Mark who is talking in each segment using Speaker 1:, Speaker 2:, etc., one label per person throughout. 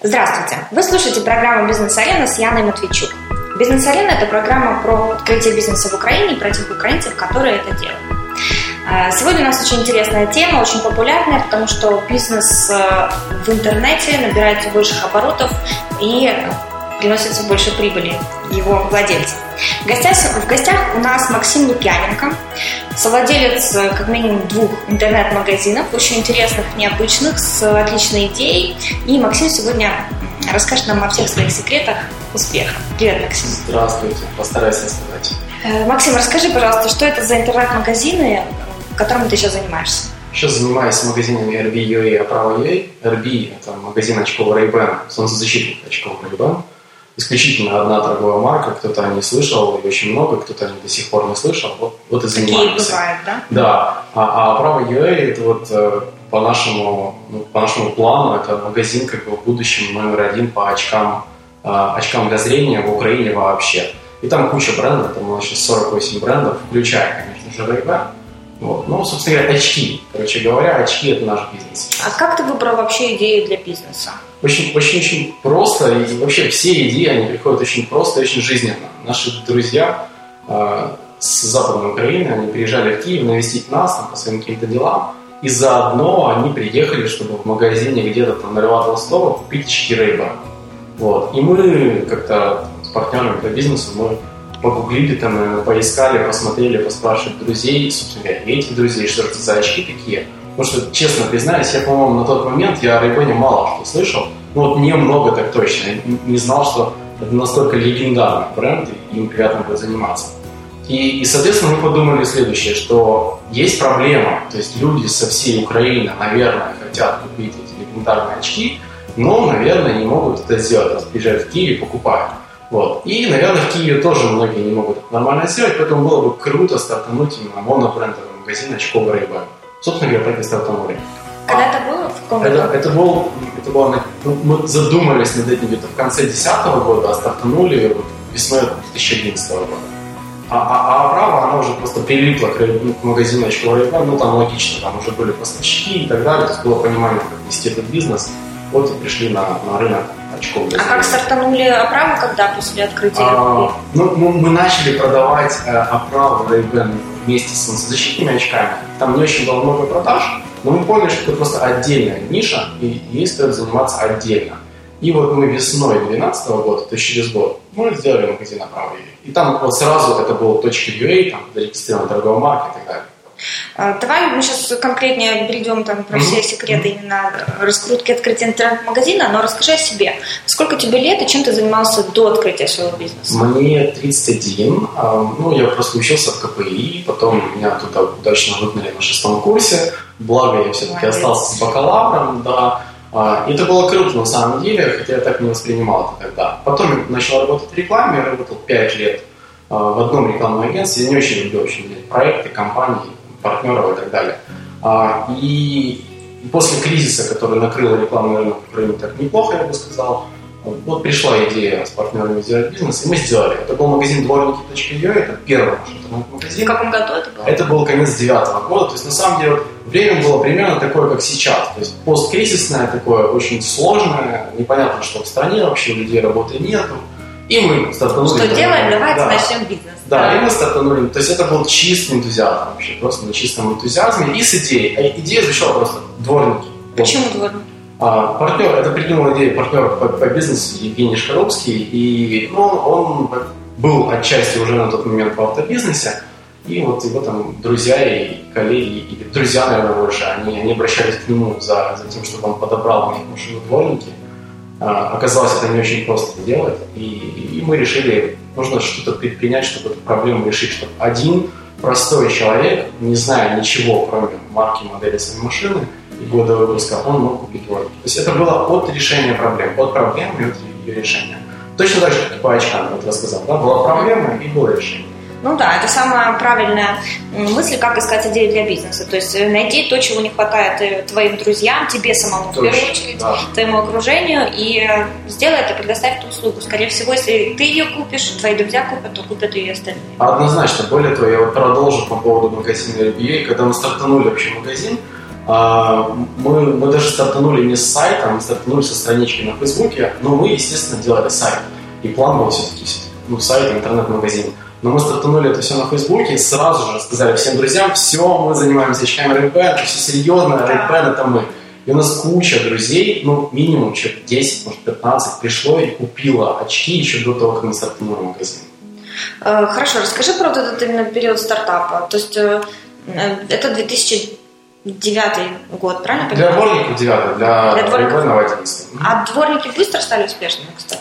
Speaker 1: Здравствуйте! Вы слушаете программу «Бизнес-арена» с Яной Матвейчук. «Бизнес-арена» – это программа про открытие бизнеса в Украине и про тех украинцев, которые это делают. Сегодня у нас очень интересная тема, очень популярная, потому что бизнес в интернете набирает все больших оборотов и приносит все больше прибыли его владельцам. В гостях у нас Максим Лукьяненко, совладелец как минимум 2 интернет-магазинов, очень интересных, необычных, с отличной идеей. И Максим сегодня расскажет нам о всех своих секретах успеха. Привет, Максим.
Speaker 2: Здравствуйте, постараюсь рассказать.
Speaker 1: Максим, расскажи, пожалуйста, что это за интернет-магазины, которыми ты сейчас занимаешься?
Speaker 2: Сейчас занимаюсь магазинами RB.ua и Оправа.ua. RB – это магазин очков Ray-Ban, солнцезащитных очков Ray-Ban. Исключительно одна торговая марка, кто-то о ней слышал, и очень много, кто-то о ней до сих пор не слышал. Вот и занимаемся.
Speaker 1: Такие бывают, да?
Speaker 2: Да. А Оправа.ua – это вот по нашему плану, это магазин как бы в будущем номер 1 по очкам для зрения в Украине вообще. И там куча брендов, там у нас сейчас 48 брендов, включая, конечно же, Ray-Ban. Вот. Ну, собственно говоря, очки. Короче говоря, очки – это наш бизнес.
Speaker 1: А как ты выбрал вообще идею для бизнеса?
Speaker 2: Очень просто. И вообще все идеи, они приходят очень просто и очень жизненно. Наши друзья с Западной Украины, они приезжали в Киев навестить нас там, по своим каким-то делам. И заодно они приехали, чтобы в магазине где-то там на Льва Толстого купить очки Ray-Ban. Вот. И мы как-то с партнерами по бизнесу мы погуглили, там, поискали, посмотрели, поспрашивали друзей, собственно говоря, и этих друзей, что это за очки такие. Потому что, честно признаюсь, я, по-моему, на тот момент я о Ray-Ban мало что слышал. Ну вот немного так точно. Я не знал, что это настолько легендарный бренд, и им приятно будет заниматься. И, соответственно, мы подумали следующее, что есть проблема. То есть люди со всей Украины, наверное, хотят купить эти легендарные очки, но, наверное, не могут это сделать. Раз приезжают в Киев и покупают. Вот. И, наверное, в Киеве тоже многие не могут это нормально сделать, поэтому было бы круто стартануть именно монобрендовый магазин очков Ray-Ban. Собственно говоря, так и стартанули.
Speaker 1: Когда это было? В каком году?
Speaker 2: Это было мы задумались над этим где-то в конце 2010 года, а стартанули весной 2011 года. А Оправа, она уже просто прилипла к магазину очков Ray-Ban, ну там логично, там уже были поставщики и так далее, то есть было понимание, как вести этот бизнес. Вот и пришли на рынок очков.
Speaker 1: А как стартанули Оправу, когда после открытия?
Speaker 2: Мы начали продавать Оправу Ray-Ban вместе с солнцезащитными очками. Там не очень было много продаж, но мы поняли, что это просто отдельная ниша, и ей стоит заниматься отдельно. И вот мы весной 2012 года, то есть через год, мы сделали магазин Оправа. И там вот сразу это был .ua, там зарегистрирована торговая марка и так далее.
Speaker 1: Давай мы сейчас конкретнее перейдем там про все секреты именно раскрутки открытия интернет-магазина, но расскажи о себе. Сколько тебе лет и чем ты занимался до открытия своего бизнеса?
Speaker 2: Мне 31. Я просто учился в КПИ, потом меня туда удачно выгнали на 6 курсе. Благо, я все-таки остался с бакалавром, да. И это было круто на самом деле, хотя я так не воспринимал это тогда. Потом я начал работать в рекламе, я работал 5 лет в одном рекламном агентстве. Я не очень люблю проекты, компании, партнеров и так далее. И после кризиса, который накрыл рекламный рынок в Украине так неплохо, я бы сказал, вот пришла идея с партнерами сделать бизнес, и мы сделали. Это был магазин дворники.ua, это первый наш интернет-магазин.
Speaker 1: В каком году это было?
Speaker 2: Это был конец 2009 года, то есть на самом деле время было примерно такое, как сейчас. То есть посткризисное, такое очень сложное, непонятно, что в стране вообще у людей работы нету. И мы стартанули.
Speaker 1: Что делаем? Давайте начнем бизнес.
Speaker 2: Да, и мы стартанули. То есть это был чистый энтузиазм вообще, просто на чистом энтузиазме и с идеей. А идея звучала просто дворники.
Speaker 1: Почему дворники?
Speaker 2: Партнер, это придумал идею партнер по бизнесу Евгений Шкаровский, и он был отчасти уже на тот момент в автобизнесе, и вот его там друзья и коллеги, или друзья, наверное, больше, они обращались к нему за тем, чтобы он подобрал на их машину дворники. Оказалось, это не очень просто делать, и мы решили, нужно что-то предпринять, чтобы эту проблему решить, чтобы один простой человек, не зная ничего, кроме марки и модели своей машины и года выпуска, он мог купить дворники. То есть это было от решения проблем, от проблемы и от ее решения. Точно так же, как и по очкам, я рассказал, да? Была проблема и было решение.
Speaker 1: Ну да, это самая правильная мысль, как искать идею для бизнеса. То есть найти то, чего не хватает твоим друзьям, тебе самому, в первую очередь, да, твоему окружению, и сделай это, предоставь эту услугу. Скорее всего, если ты ее купишь, твои друзья купят, то купят ее и остальные.
Speaker 2: Однозначно. Более того, я вот продолжу по поводу магазина RB.ua. Когда мы стартанули вообще магазин, Мы даже стартанули не с сайта, мы стартанули со странички на Фейсбуке, но мы, естественно, делали сайт. И план был все-таки сайт, интернет-магазин. Но мы стартанули это все на Фейсбуке и сразу же сказали всем друзьям: все, мы занимаемся очками Ray-Ban, все серьезно, Ray-Ban это мы. И у нас куча друзей, минимум человек 10, может 15 пришло и купило очки еще до того, как мы стартанули магазин.
Speaker 1: Хорошо, расскажи про этот именно период стартапа. То есть это 2009 год, правильно
Speaker 2: понимаю? Для дворников 9, для Ray-Ban 11.
Speaker 1: А дворники быстро стали успешными, кстати?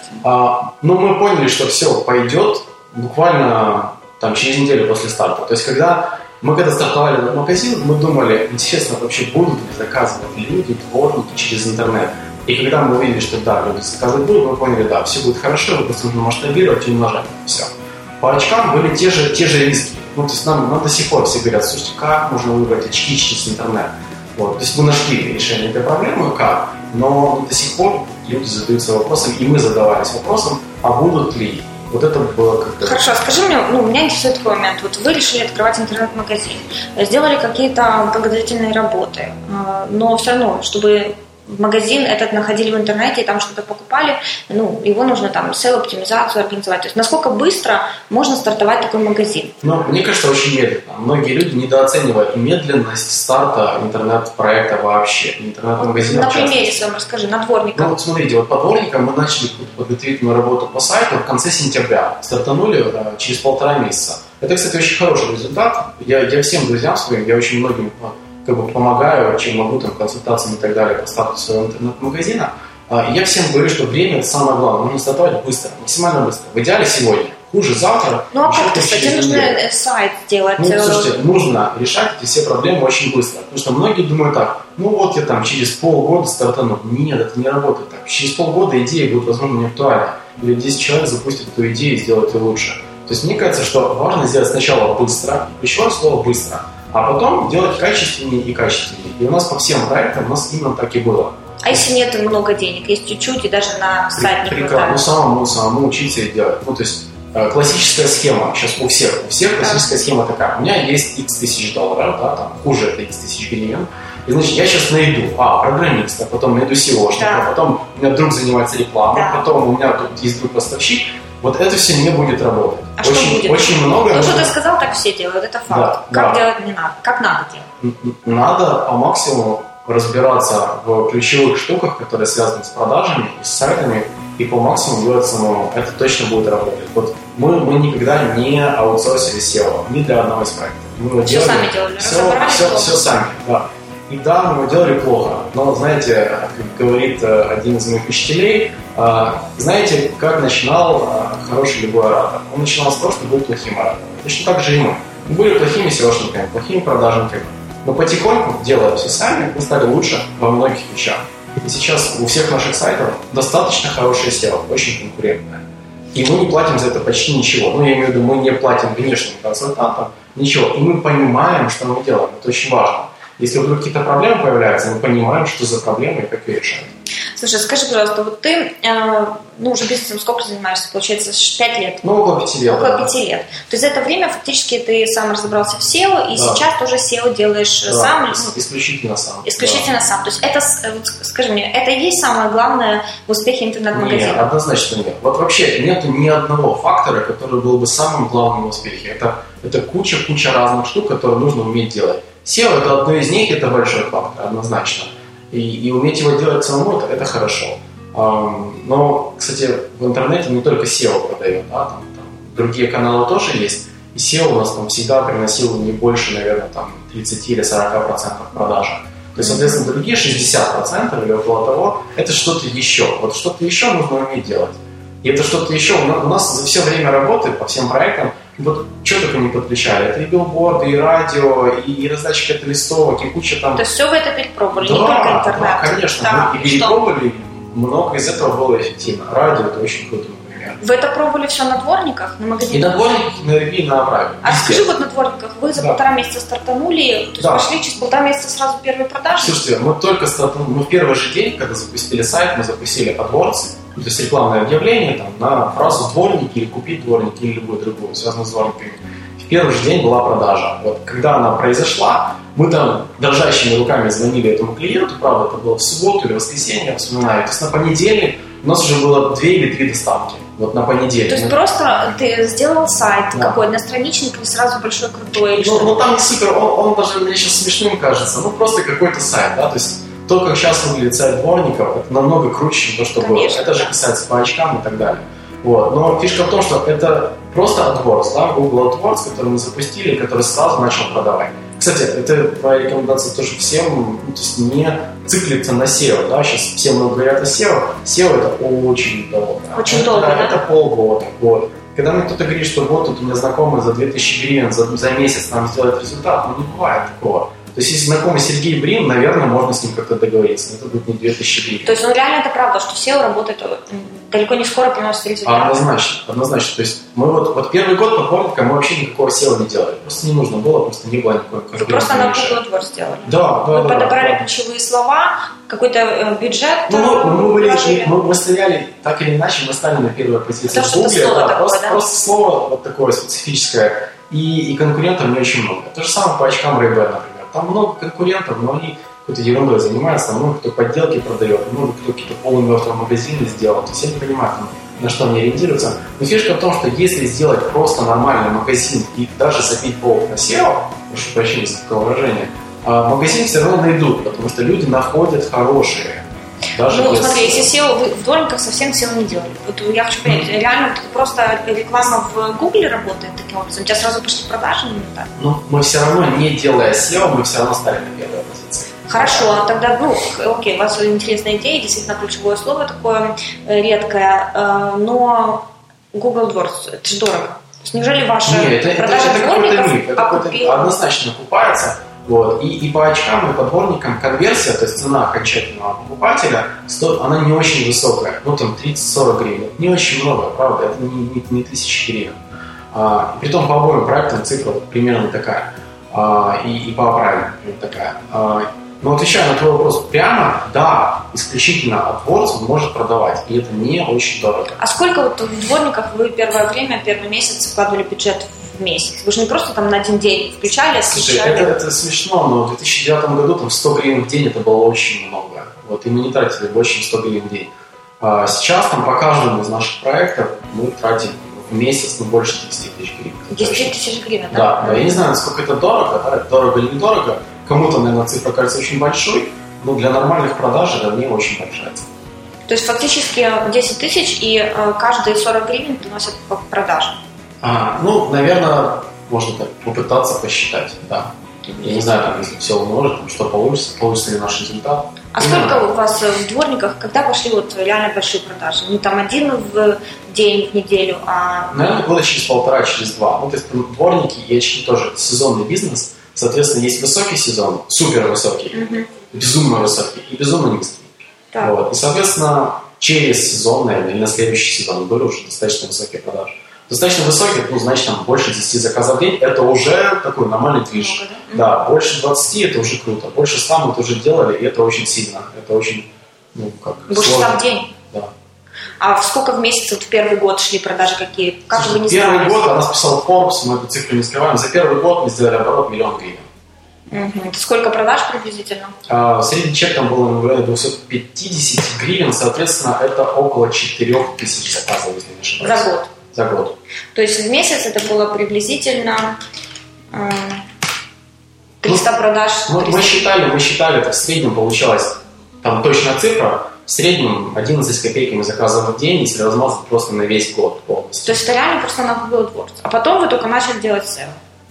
Speaker 2: Мы поняли, что все пойдет буквально через неделю после старта. То есть когда стартовали этот магазин, мы думали, интересно, вообще будут ли заказывать люди, дворники через интернет. И когда мы увидели, что да, люди заказывать будут, мы поняли, да, все будет хорошо, просто нужно масштабировать и умножать. Все. По очкам были те же риски. То есть нам до сих пор все говорят: слушайте, как можно выбрать очки через интернет? То есть мы нашли решение этой проблемы, как, но до сих пор люди задаются вопросом, и мы задавались вопросом, а будут ли. Это было как-то...
Speaker 1: Хорошо, скажи мне, меня интересует такой момент. Вы решили открывать интернет-магазин, сделали какие-то подготовительные работы, но все равно, чтобы магазин этот находили в интернете и там что-то покупали, его нужно SEO-оптимизацию организовать. То есть насколько быстро можно стартовать такой магазин?
Speaker 2: Мне кажется, очень медленно. Многие люди недооценивают медленность старта интернет-проекта вообще, интернет-магазина.
Speaker 1: На примере своем расскажи, на дворниках.
Speaker 2: Смотрите, по дворникам мы начали подготовительную работу по сайту в конце сентября. Стартанули через 1,5 месяца. Это, кстати, очень хороший результат. Я всем друзьям своим, я очень многим помогаю, чем могу, консультациями и так далее по старту своего интернет-магазина. Я всем говорю, что время – это самое главное. Нужно стартовать быстро, максимально быстро. В идеале сегодня, хуже завтра.
Speaker 1: А как-то, кстати, нужно сайт делать.
Speaker 2: Слушайте, нужно решать эти все проблемы очень быстро. Потому что многие думают так: я через полгода стартану. Нет, это не работает так. Через полгода идея будет, возможно, не актуальна. Или 10 человек запустят эту идею и сделают ее лучше. То есть мне кажется, что важно сделать сначала быстро, ключевое слово «быстро», а потом делать качественнее и качественнее. И у нас по всем проектам именно так и было.
Speaker 1: А если нет много денег, есть чуть-чуть и даже на сайт не хватает?
Speaker 2: Самому учиться и делать. То есть классическая схема сейчас у всех классическая схема такая: у меня есть X тысяч долларов, хуже это X тысяч гривен. И значит, я сейчас найду программиста, потом найду SEOшника, потом у меня друг занимается рекламой, потом у меня тут есть друг поставщик. Это все не будет работать.
Speaker 1: А что будет?
Speaker 2: Очень много.
Speaker 1: Что ты сказал, так все делают, это факт. Как делать не надо? Как надо делать?
Speaker 2: Надо по максимуму разбираться в ключевых штуках, которые связаны с продажами и с сайтами, и по максимуму делать самому. Это точно будет работать. Мы никогда не аутсорсили SEO ни для одного из проектов. Мы
Speaker 1: все сами делали,
Speaker 2: все сами, да. И да, мы его делали плохо, но, знаете, как говорит один из моих учителей, знаете, как начинал хороший любой оратор? Он начинал с того, что был плохим оратором. Точно так же и мы. Мы были плохими SEOшниками, плохими продажниками. Но потихоньку, делая все сами, мы стали лучше во многих вещах. И сейчас у всех наших сайтов достаточно хорошее SEO, очень конкурентное. И мы не платим за это почти ничего. Я имею в виду, мы не платим внешним консультантам ничего. И мы понимаем, что мы делаем. Это очень важно. Если вдруг какие-то проблемы появляются, мы понимаем, что за проблемы и как ее решать.
Speaker 1: Слушай, скажи, пожалуйста, ты уже бизнесом сколько занимаешься? Получается, 5 лет?
Speaker 2: Около 5 лет.
Speaker 1: Около 5 лет. То есть за это время фактически ты сам разобрался в SEO, и сейчас тоже SEO делаешь сам?
Speaker 2: Исключительно сам.
Speaker 1: Исключительно сам. То есть это, скажи мне, это и есть самое главное в успехе интернет-магазина?
Speaker 2: Нет, однозначно нет. Вообще нет ни одного фактора, который был бы самым главным в успехе. Это куча разных штук, которые нужно уметь делать. SEO – это одно из них, это большой фактор, однозначно. И уметь его делать самому – это хорошо. Но, кстати, в интернете не только SEO продает, там другие каналы тоже есть. И SEO у нас всегда приносил не больше, наверное, 30 или 40% продажи. То есть, соответственно, другие 60% или около того – это что-то еще. Что-то еще нужно уметь делать. И это что-то еще у нас за все время работы по всем проектам что только не подключали. Это и билборды, и радио, и раздача каких-то листовок, и куча там...
Speaker 1: То есть все вы это перепробовали, не только интернет?
Speaker 2: Да, конечно. Мы перепробовали, много из этого было эффективно. Радио – это очень круто, например.
Speaker 1: Вы это пробовали все на дворниках, на магазине?
Speaker 2: И на дворниках, и на ревью, и на праве.
Speaker 1: А скажи, на дворниках вы за 1,5 месяца стартанули, то есть пошли через 1,5 месяца сразу первые продажи?
Speaker 2: Слушайте, мы только стартанули, мы в первый же день, когда запустили сайт, мы запустили AdWords, то есть рекламное объявление на фразу «дворники» или «купить дворники» или любую другую, связанную с дворниками. В первый же день была продажа. Когда она произошла, Мы там дрожащими руками звонили этому клиенту, правда, это было в субботу или воскресенье, я вспоминаю. То есть на понедельник у нас уже было 2 или 3 доставки. Вот на понедельник.
Speaker 1: То есть просто ты сделал сайт какой, одностраничник или сразу большой, крутой? Или
Speaker 2: ну там не супер, он даже мне сейчас смешным кажется, просто какой-то сайт, да, то есть то, как сейчас выглядит сайт дворников, это намного круче, чем то, что было. Это же касается по очкам и так далее. Вот. Но фишка в том, что это просто AdWords, да, Google AdWords, который мы запустили, который сразу начал продавать. Кстати, это моя рекомендация тоже всем, то есть не циклиться на SEO, да, сейчас все много говорят о SEO. SEO это очень долго.
Speaker 1: Очень долго, да?
Speaker 2: Это полгода, год. Когда мне кто-то говорит, что вот тут у меня знакомый за 2000 гривен за месяц нам сделает результат, не бывает такого. То есть, если знакомый Сергей Брин, наверное, можно с ним как-то договориться, но это будет не 2000 гривен.
Speaker 1: То есть, реально это правда, что SEO работает далеко не скоро приносит результат?
Speaker 2: Однозначно. То есть, мы вот первый год подборника мы вообще никакого SEO не делали. Просто не нужно было, просто не было никакой конкуренции.
Speaker 1: Вы просто на Google AdWords сделали?
Speaker 2: Да.
Speaker 1: Вы подобрали ключевые слова, какой-то бюджет?
Speaker 2: Мы стояли, так или иначе, мы стали на первой позиции в Google. Просто слово вот такое специфическое. И конкурентов не очень много. То же самое по очкам Ray-Ban, например. Там много конкурентов, но они какой-то ерундой занимаются, там много кто подделки продает, много кто какие-то полумертвые магазины сделал. То есть я не понимаю, на что они ориентируются. Но фишка в том, что если сделать просто нормальный магазин и даже забить болт на SEO, прошу прощения за такое выражение, магазин все равно найдут, потому что люди находят хорошие.
Speaker 1: Смотри, если SEO, вы в дворниках совсем SEO не делали. Вот я хочу понять, реально просто реклама в Гугле работает таким образом? У тебя сразу пошли продажи именно так?
Speaker 2: Мы все равно, не делая SEO, мы все равно стали на первой позиции.
Speaker 1: Хорошо, тогда, окей, у вас интересная идея, действительно ключевое слово такое редкое, но Google AdWords, это же дорого. То есть неужели ваши продажи дворников
Speaker 2: однозначно окупается? Вот. И по очкам, и по дворникам конверсия, то есть цена окончательного покупателя, она не очень высокая. Там 30-40 гривен. Это не очень много, правда, это не 1000 гривен. Притом по обоим проектам цифра примерно такая. И по правилам такая. Но отвечая на твой вопрос прямо, да, исключительно AdWords он может продавать, и это не очень дорого.
Speaker 1: А сколько вот в дворниках вы первый месяц вкладывали бюджет в месяц? Вы же не просто там на один день включали,
Speaker 2: Слушай, это смешно, но в 2009 году там 100 гривен в день это было очень много. Вот, и мы не тратили больше, чем 100 гривен в день. Сейчас там по каждому из наших проектов мы тратим в месяц больше 30 тысяч гривен.
Speaker 1: 10 тысяч гривен, да?
Speaker 2: Да, я не знаю, насколько это дорого, да, дорого или недорого. Кому-то, наверное, цифра кажется очень большой, но для нормальных продаж это не очень большая цифра.
Speaker 1: То есть фактически 10 тысяч и каждые 40 гривен приносят по продажам?
Speaker 2: Наверное, можно так попытаться посчитать, да. Я не знаю, там, если все умножить, что получится ли наш результат.
Speaker 1: А сколько у вас в дворниках, когда пошли реально большие продажи? Не там один в день, в неделю, а...
Speaker 2: Наверное, года через 1,5, через 2. То есть дворники и очки тоже сезонный бизнес. Соответственно, есть высокий сезон, супер высокий, безумно высокий и безумно низкий. Вот. И, соответственно, через сезон, наверное, или на следующий сезон были уже достаточно высокие продажи. Достаточно высокие, значит, там больше 10 заказов в день, это уже такой нормальный движ. Да, больше 20 это уже круто, больше 100 мы тоже делали, и это очень сильно, это очень,
Speaker 1: больше 100 в день?
Speaker 2: Да.
Speaker 1: А сколько в месяц в первый год шли продажи какие? Как вы не
Speaker 2: первый год, она писала Forbes, мы эту цифру не скрываем, за первый год мы сделали оборот 1 000 000 гривен.
Speaker 1: Это сколько продаж приблизительно?
Speaker 2: Средний чек там был в районе 250 гривен, соответственно, это около 4000 заказов, если не ошибаюсь.
Speaker 1: За год?
Speaker 2: За год.
Speaker 1: То есть в месяц это было приблизительно 300 продаж?
Speaker 2: 300. Мы считали, это в среднем получалось, там точная цифра, в среднем 11 копейками заказов в день, если размазать просто на весь год полностью.
Speaker 1: То есть это реально просто на Google AdWords. А потом вы только начали делать SEO?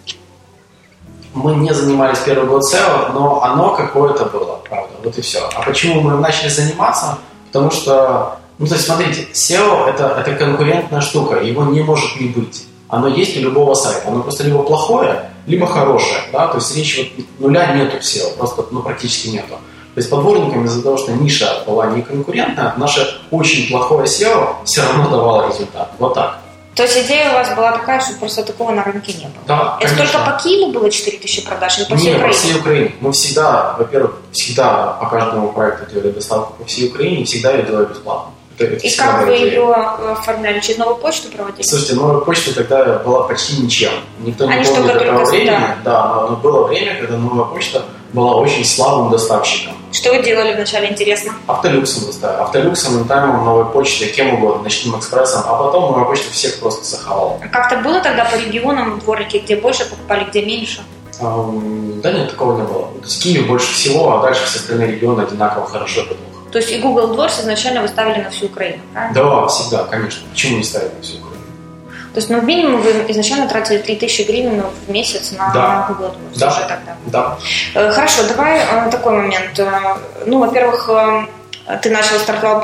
Speaker 2: Мы не занимались первый год SEO, но оно какое-то было, правда, вот и все. А почему мы начали заниматься? Потому что, то есть смотрите, SEO это конкурентная штука, его не может не быть. Оно есть у любого сайта, оно просто либо плохое, либо хорошее, да, то есть речь нуля нету в SEO, просто практически нету. То есть по дворникам из-за того, что ниша была не конкурентная, наше очень плохое SEO все равно давало результат. Вот так.
Speaker 1: То есть идея у вас была такая, что просто такого на рынке не было?
Speaker 2: Да,
Speaker 1: это только по Киеву было 4000 продаж или по всей Украине?
Speaker 2: Нет, по всей Украине. Мы всегда, во-первых, по каждому проекту делали доставку по всей Украине и всегда ее делали бесплатно.
Speaker 1: И как вы ее оформляли? Через новую почту проводили?
Speaker 2: Слушайте, новая почта тогда была почти ничем. Никто не помнит этого времени. Да, но было время, когда новая почта была очень слабым доставщиком.
Speaker 1: Что вы делали вначале, интересно?
Speaker 2: Автолюксом доставили. Автолюксом, Интаймом, новой почтой, кем угодно, ночным экспрессом. А потом новая почта всех просто захавала.
Speaker 1: А как-то было тогда по регионам дворники, где больше покупали, где меньше?
Speaker 2: Да нет, такого не было. То есть Киев больше всего, а дальше все остальные регионы одинаково хорошо идут.
Speaker 1: То есть и Google Doors изначально вы ставили на всю Украину, правильно?
Speaker 2: Да, всегда, конечно. Почему не ставить на всю Украину?
Speaker 1: То есть, минимум вы изначально тратили 3000 гривен в месяц на Google Doors.
Speaker 2: Да.
Speaker 1: Уже тогда.
Speaker 2: Да.
Speaker 1: Хорошо, давай такой момент. Во-первых, ты стартовал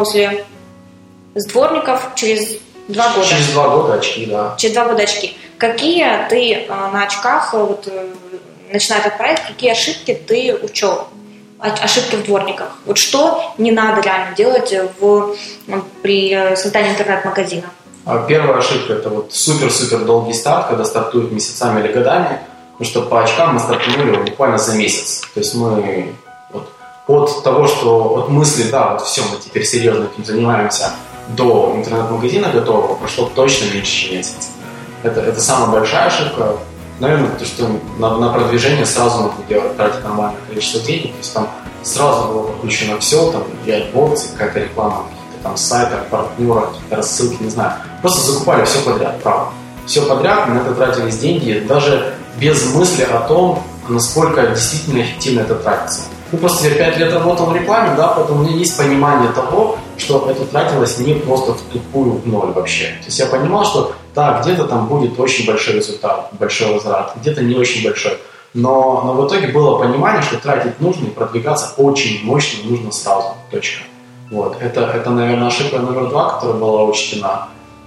Speaker 1: с дворников через 2 года.
Speaker 2: Через 2 года очки, да.
Speaker 1: Через 2 года очки. Какие ты на очках, начиная этот проект, какие ошибки ты учел? Ошибки в дворниках. Что не надо реально делать при создании интернет-магазина?
Speaker 2: Первая ошибка – это супер-супер долгий старт, когда стартуют месяцами или годами, потому что по очкам мы стартанули буквально за месяц. То есть мы от того, что от мысли, все, мы теперь серьезно этим занимаемся, до интернет-магазина готового прошло точно меньше, чем месяц. Это самая большая ошибка. Наверное, потому что на продвижение сразу нужно тратить нормальное количество денег. То есть там сразу было подключено все, там и AdWords, какая-то реклама, какие-то сайтах, партнерах, какие-то рассылки, не знаю. Просто закупали все подряд, правда. Все подряд, на это тратились деньги, даже без мысли о том, насколько действительно эффективно это тратится. Просто я 5 лет работал в рекламе, поэтому у меня есть понимание того, что это тратилось не просто в тупую в ноль вообще. То есть я понимал, что где-то там будет очень большой результат, большой возврат, где-то не очень большой. Но в итоге было понимание, что тратить нужно и продвигаться очень мощно нужно сразу. Точка. Это, наверное, ошибка номер 2, которая была учтена.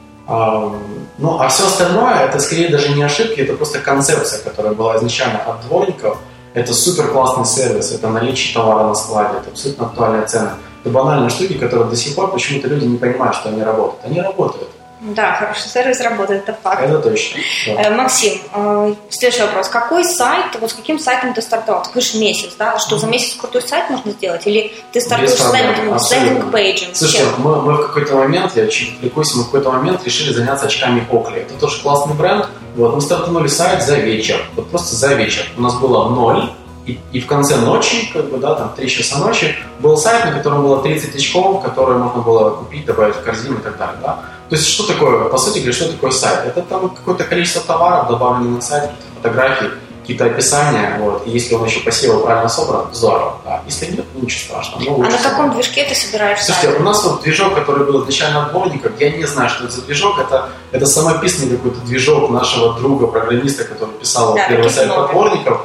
Speaker 2: А все остальное, это скорее даже не ошибки, это просто концепция, которая была изначально от дворников. Это супер классный сервис, это наличие товара на складе, это абсолютно актуальные цены. Это банальные штуки, которые до сих пор почему-то люди не понимают, что они работают. Они работают.
Speaker 1: Да, хороший сервис работает, это факт.
Speaker 2: Это точно. Да.
Speaker 1: Максим, следующий вопрос. Какой сайт, с каким сайтом ты стартовал? Ты говоришь месяц, да? Что за месяц крутой сайт можно сделать? Или ты стартуешь с лендинг-пейджем?
Speaker 2: Слушайте, мы в какой-то момент, я чуть отвлекусь, мы в какой-то момент решили заняться очками Oakley. Это тоже классный бренд. Мы стартанули сайт за вечер. Просто за вечер. У нас было 0. И в конце ночи, 3 часа ночи, был сайт, на котором было 30 очков, которые можно было купить, добавить в корзину и так далее. Да? То есть, что такое, по сути говоря, что такое сайт? Это там какое-то количество товаров, добавленных на сайт, фотографии, какие-то описания. И если он еще по SEO правильно собран, здорово. Да. Если нет, ничего страшного.
Speaker 1: А на каком движке ты собираешь сайт?
Speaker 2: Слушайте, у нас движок, который был изначально от дворников, я не знаю, что это за движок. Это самописный какой-то движок нашего друга, программиста, который писал первый сайт от дворников.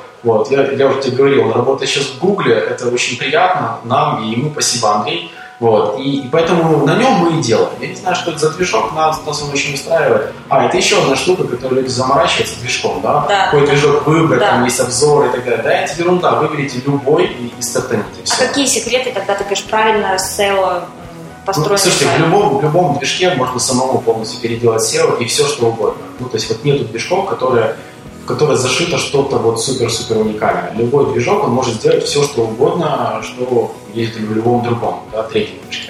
Speaker 2: Я уже тебе говорил, он работает сейчас в Гугле, это очень приятно нам и ему, спасибо, Андрей. И поэтому на нем мы и делаем. Я не знаю, что это за движок, нас он очень устраивает. Это еще одна штука, которую люди заморачиваются движком, да? Какой движок выбрать, там есть обзоры и так далее. Да, это ерунда, выберите любой и стартаните.
Speaker 1: А какие секреты, когда ты говоришь правильно SEO построить?
Speaker 2: Слушайте, в любом движке можно самому полностью переделать SEO и все, что угодно. То есть нету движков, в которой зашито что-то супер-супер уникальное. Любой движок, он может сделать все, что угодно, что есть в любом другом, третьем движке.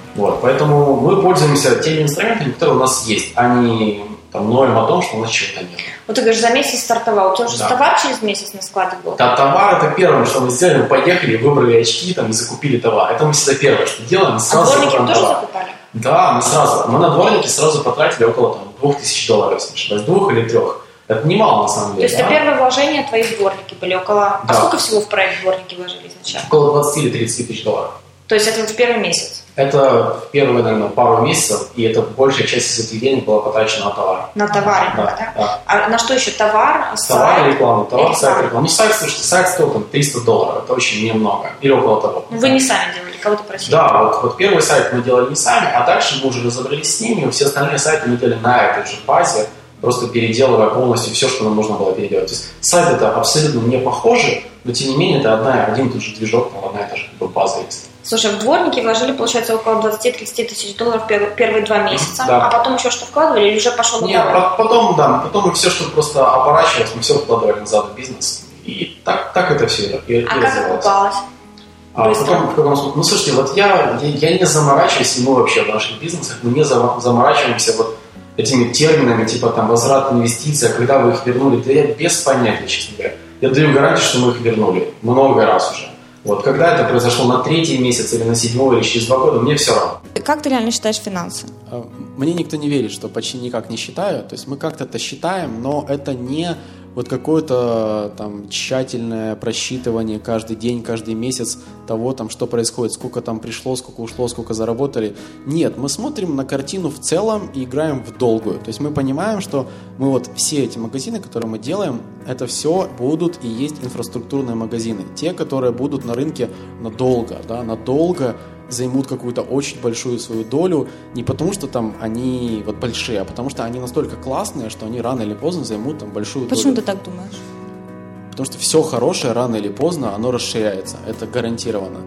Speaker 2: Поэтому мы пользуемся теми инструментами, которые у нас есть, а не ноем о том, что у нас чего-то нет.
Speaker 1: Ты говоришь, за месяц стартовал. У тебя уже товар через месяц на складе был?
Speaker 2: Да, товар – это первое, что мы сделали. Мы поехали, выбрали очки и закупили товар. Это мы всегда первое, что делаем. Мы сразу
Speaker 1: дворники тоже закупали?
Speaker 2: Да, мы сразу. Мы на дворники сразу потратили около $2000, если не ошибаюсь, 2 или 3. Это немало, на самом деле.
Speaker 1: То есть это первые вложения твои в дворники были около... А сколько всего в проект дворники вложили изначально?
Speaker 2: Около 20 или 30 тысяч долларов.
Speaker 1: То есть это в первый месяц?
Speaker 2: Это в первые, наверное, пару месяцев, и это большая часть из этих денег была потрачена на товар.
Speaker 1: На товары, да? А на что еще? Товар,
Speaker 2: сайт? Товар, реклама. Сайт, реклама. Сайт стоил $300, это очень немного. Или около того.
Speaker 1: Вы не сами делали, кого-то просили?
Speaker 2: Да, первый сайт мы делали не сами, а дальше мы уже разобрались с ними, и все остальные сайты мы делали на этой же базе, просто переделывая полностью все, что нам нужно было переделать. То есть сайт это абсолютно не похожи, но тем не менее это один и тот же движок, одна и та же база есть.
Speaker 1: Слушай, в дворники вложили, получается, около 20-30 тысяч долларов первые 2 месяца,
Speaker 2: да.
Speaker 1: А потом еще что вкладывали или уже пошел
Speaker 2: Нет, потом мы все, что просто оборачивалось, мы все вкладывали назад в бизнес. И так это все и
Speaker 1: как окупалось?
Speaker 2: В каком смысле? Ну, слушайте, вот я не заморачиваюсь, и мы вообще в наших бизнесах, мы не заморачиваемся вот этими терминами, типа там возврат инвестиций, а когда вы их вернули, да я без понятия, честно говоря. Я даю гарантию, что мы их вернули много раз уже. Вот когда это произошло на 3-й месяц или на 7-й или через 2 года, мне все равно.
Speaker 1: Как ты реально считаешь финансы?
Speaker 3: Мне никто не верит, что почти никак не считаю. То есть мы как-то это считаем, но это не вот какое-то там тщательное просчитывание каждый день, каждый месяц того, там, что происходит, сколько там пришло, сколько ушло, сколько заработали. Нет, мы смотрим на картину в целом и играем в долгую. То есть мы понимаем, что мы вот все эти магазины, которые мы делаем, это все будут и есть инфраструктурные магазины. Те, которые будут на рынке надолго, да, надолго займут какую-то очень большую свою долю, не потому что там они вот большие, а потому что они настолько классные, что они рано или поздно займут там большую долю.
Speaker 1: Почему ты так думаешь?
Speaker 3: Потому что все хорошее рано или поздно оно расширяется, это гарантированно.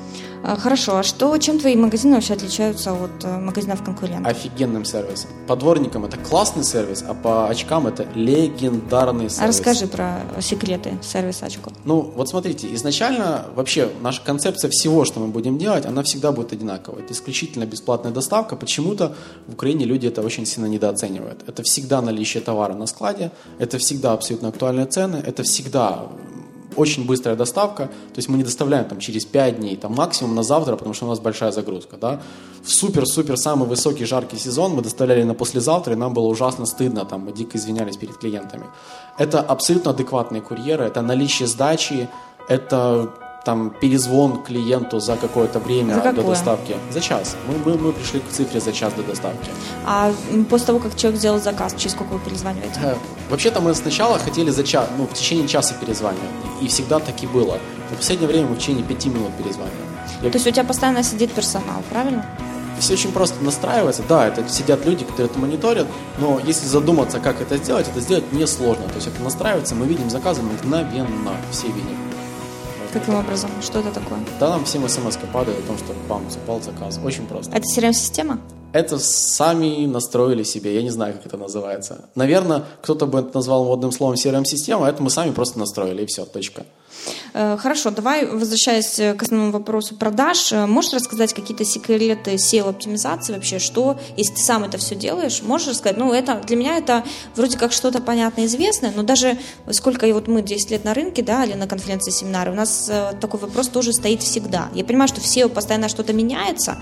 Speaker 1: Хорошо, а чем твои магазины вообще отличаются от магазинов конкурентов?
Speaker 3: Офигенным сервисом. По дворникам это классный сервис, а по очкам это легендарный сервис.
Speaker 1: А расскажи про секреты сервиса очков.
Speaker 3: Ну, вот смотрите, изначально вообще наша концепция всего, что мы будем делать, она всегда будет одинаковой. Это исключительно бесплатная доставка. Почему-то в Украине люди это очень сильно недооценивают. Это всегда наличие товара на складе, это всегда абсолютно актуальные цены, это всегда очень быстрая доставка, то есть мы не доставляем там через 5 дней, там максимум на завтра, потому что у нас большая загрузка, да. В супер-супер самый высокий жаркий сезон мы доставляли на послезавтра, и нам было ужасно стыдно, там мы дико извинялись перед клиентами. Это абсолютно адекватные курьеры, это наличие сдачи, это там перезвон клиенту за какое-то время до доставки. За час. Мы пришли к цифре за час до доставки.
Speaker 1: А после того, как человек сделал заказ, через сколько вы перезваниваете?
Speaker 3: Вообще-то мы сначала хотели в течение часа перезванивать. И всегда так и было. Но в последнее время мы в течение 5 минут перезваниваем.
Speaker 1: То есть у тебя постоянно сидит персонал, правильно?
Speaker 3: Все очень просто настраивается. Да, это сидят люди, которые это мониторят, но если задуматься, как это сделать несложно. То есть это настраивается, мы видим заказы мгновенно, все видим.
Speaker 1: Каким образом? Что это такое?
Speaker 3: Да, нам всем смс-ка падает о том, что бам, упал заказ. Очень просто.
Speaker 1: Это CRM-система?
Speaker 3: Это сами настроили себе, я не знаю, как это называется. Наверное, кто-то бы это назвал модным словом CRM-система, а это мы сами просто настроили, и все, точка.
Speaker 1: Хорошо, давай, возвращаясь к основному вопросу продаж, можешь рассказать какие-то секреты SEO-оптимизации вообще, что, если ты сам это все делаешь, можешь рассказать? Ну, это для меня это вроде как что-то понятное, известное, но даже сколько, и вот мы 10 лет на рынке, да, или на конференции, семинары, у нас такой вопрос тоже стоит всегда. Я понимаю, что в SEO постоянно что-то меняется,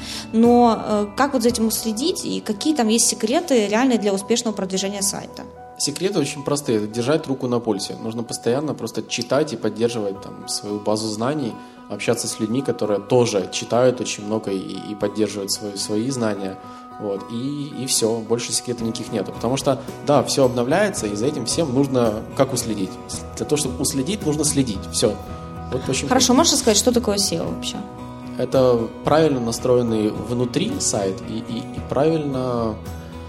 Speaker 1: но как вот за этим уследить и какие там есть секреты реальные для успешного продвижения сайта?
Speaker 3: Секреты очень простые. Это держать руку на пульсе. Нужно постоянно просто читать и поддерживать там свою базу знаний, общаться с людьми, которые тоже читают очень много и поддерживают свои знания. Вот. И все. Больше секретов никаких нету. Потому что, да, все обновляется, и за этим всем нужно как уследить. Для того, чтобы уследить, нужно следить. Все. Вот очень
Speaker 1: Хорошо, можешь сказать, что такое SEO вообще?
Speaker 3: Это правильно настроенный внутри сайт и правильно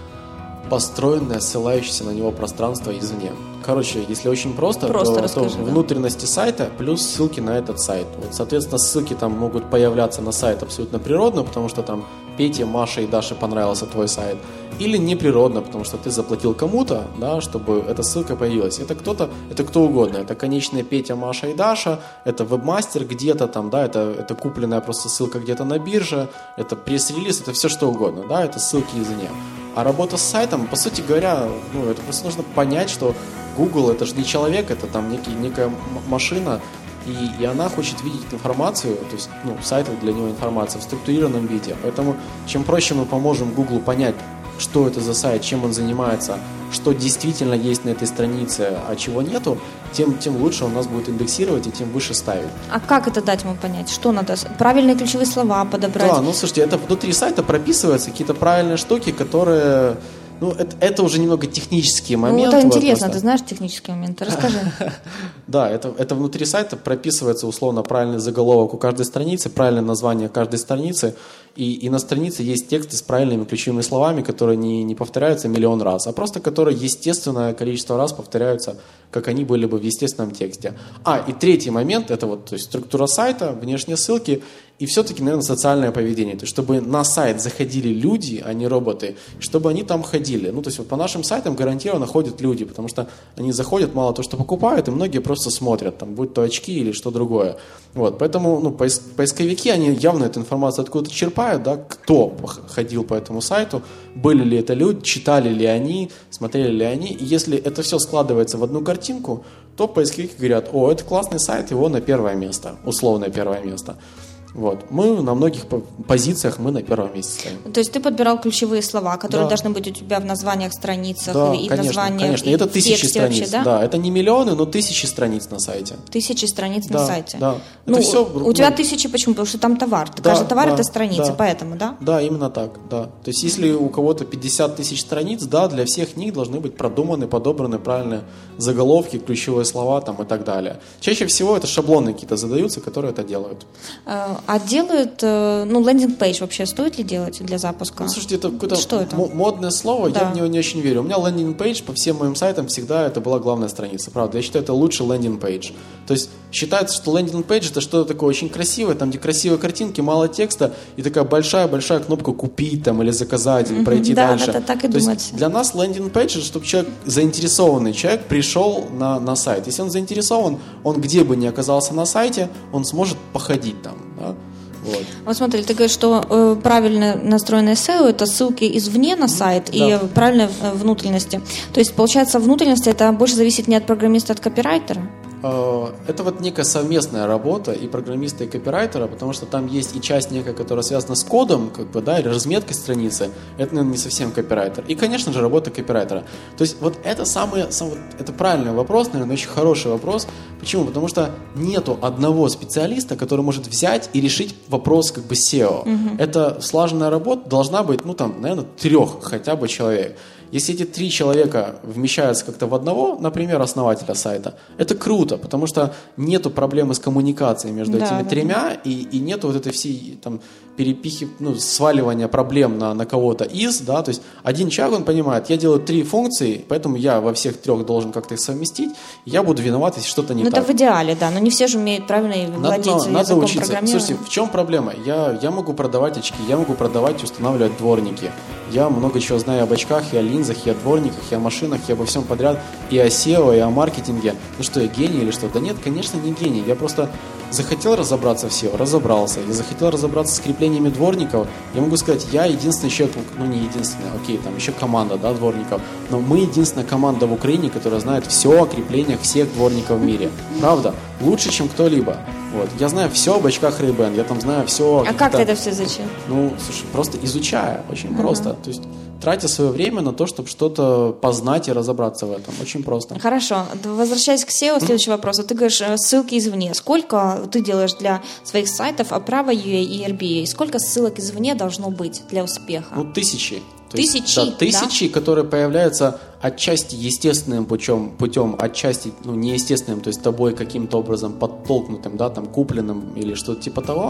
Speaker 3: построенное, ссылающееся на него пространство извне. Короче, если очень просто то внутренности сайта плюс ссылки на этот сайт. Вот, соответственно, ссылки там могут появляться на сайт абсолютно природно, потому что там Пете, Маше и Даше понравился твой сайт. Или неприродно, потому что ты заплатил кому-то, да, чтобы эта ссылка появилась. Это кто угодно. Это конечная Петя, Маша и Даша, это вебмастер где-то там, да, это купленная просто ссылка где-то на бирже, это пресс-релиз, это все что угодно, да, это ссылки извне. А работа с сайтом, по сути говоря, это просто нужно понять, что Google это же не человек, это там некая машина, и она хочет видеть информацию, то есть сайт для него информация в структурированном виде. Поэтому чем проще мы поможем Google понять, что это за сайт, чем он занимается, что действительно есть на этой странице, а чего нету, тем лучше он нас будет индексировать и тем выше ставить.
Speaker 1: А как это дать ему понять? Что надо? Правильные ключевые слова подобрать?
Speaker 3: Да, слушайте, это внутри сайта прописываются какие-то правильные штуки, которые... это уже немного технические моменты.
Speaker 1: Это интересно, ты знаешь технические моменты, расскажи.
Speaker 3: Да, это внутри сайта прописывается условно правильный заголовок у каждой страницы, правильное название каждой страницы, и на странице есть тексты с правильными ключевыми словами, которые не повторяются миллион раз, а просто которые естественное количество раз повторяются, как они были бы в естественном тексте. И третий момент, это то есть структура сайта, внешние ссылки и все-таки, наверное, социальное поведение. То есть, чтобы на сайт заходили люди, а не роботы, чтобы они там ходили. Ну, то есть, вот по нашим сайтам гарантированно ходят люди, потому что они заходят, мало то, что покупают, и многие просто смотрят, там, будь то очки или что другое. Вот, поэтому, ну, поисковики, они явно эту информацию откуда-то черпают, да, кто ходил по этому сайту, были ли это люди, читали ли они, смотрели ли они, и если это все складывается в одну картинку, то поисковики говорят: о, это классный сайт, его на первое место, условное первое место. Вот. Мы на многих позициях мы на первом месте стоим.
Speaker 1: То есть ты подбирал ключевые слова, которые должны быть у тебя в названиях страницах, и
Speaker 3: конечно,
Speaker 1: в названиях,
Speaker 3: конечно.
Speaker 1: И
Speaker 3: это
Speaker 1: в
Speaker 3: тысячи страниц.
Speaker 1: Вообще, да?
Speaker 3: Да, это не миллионы, но тысячи страниц на сайте.
Speaker 1: Тысячи страниц на сайте.
Speaker 3: Да.
Speaker 1: Ну, все, у тебя тысячи, почему? Потому что там товар. Каждый товар это страница, поэтому, да?
Speaker 3: Да, именно так, да. То есть если у кого-то 50 тысяч страниц, да, для всех них должны быть продуманы, подобраны правильные заголовки, ключевые слова там и так далее. Чаще всего это шаблоны какие-то задаются, которые это делают.
Speaker 1: А делают, ну, лендинг-пейдж вообще стоит ли делать для запуска?
Speaker 3: Ну, слушайте, это какое-то модное слово, я в него не очень верю. У меня лендинг-пейдж по всем моим сайтам всегда это была главная страница, правда. Я считаю, это лучший лендинг-пейдж. То есть считается, что лендинг-пейдж это что-то такое очень красивое, там где красивые картинки, мало текста и такая большая-большая кнопка «Купить» там, или «Заказать», или «Пройти дальше».
Speaker 1: Да, так и
Speaker 3: То
Speaker 1: думать.
Speaker 3: есть для нас лендинг-пейдж это чтобы человек, заинтересованный человек, пришел на сайт. Если он заинтересован, он где бы ни оказался на сайте, он сможет походить там, да?
Speaker 1: Вот смотри, ты говоришь, что правильно настроенное SEO – это ссылки извне на сайт и правильные внутренности. То есть, получается, внутренности это больше зависит не от программиста, а от копирайтера?
Speaker 3: Это вот некая совместная работа и программиста, и копирайтера, потому что там есть и часть некая, которая связана с кодом, как бы, да, или разметкой страницы. Это, наверное, не совсем копирайтер. И, конечно же, работа копирайтера. То есть вот это это правильный вопрос, наверное, очень хороший вопрос. Почему? Потому что нету одного специалиста, который может взять и решить вопрос как бы SEO. Это слаженная работа должна быть, ну там, наверное, 3 хотя бы человек. Если эти 3 человека вмещаются как-то в одного, например, основателя сайта, это круто, потому что нету проблемы с коммуникацией между этими 3, и нету вот этой всей там перепихи, ну, сваливания проблем на кого-то да, то есть один человек, он понимает, я делаю 3 функции, поэтому я во всех 3 должен как-то их совместить, и я буду виноват, если что-то не так.
Speaker 1: Это в идеале, да, но не все же умеют правильно владеть языком программирования.
Speaker 3: Слушайте, в чем проблема? Я могу продавать очки, я могу продавать и устанавливать дворники, я много чего знаю об очках, и о линзах, и о дворниках, и о машинах, и обо всем подряд, и о SEO, и о маркетинге. Ну что, я гений или что? Да нет, конечно, не гений. Я просто захотел разобраться в SEO, разобрался. Я захотел разобраться с креплениями дворников. Я могу сказать, я единственный человек, ну не единственный, окей, там еще команда, да, дворников, но мы единственная команда в Украине, которая знает все о креплениях всех дворников в мире. Правда? Лучше, чем кто-либо. Вот. Я знаю все об очках Ray-Ban, я там знаю все.
Speaker 1: А как ты это все изучил?
Speaker 3: Ну, слушай, просто изучая, очень просто. То есть тратя свое время на то, чтобы что-то познать и разобраться в этом. Очень просто.
Speaker 1: Хорошо. Возвращаясь к SEO, следующий вопрос. Ты говоришь, ссылки извне. Сколько ты делаешь для своих сайтов Aprava UA и RBA? Сколько ссылок извне должно быть для успеха?
Speaker 3: Ну, тысячи.
Speaker 1: Тысячи,
Speaker 3: которые появляются отчасти естественным путем, отчасти неестественным, то есть тобой каким-то образом подтолкнутым, да, там, купленным или что-то типа того.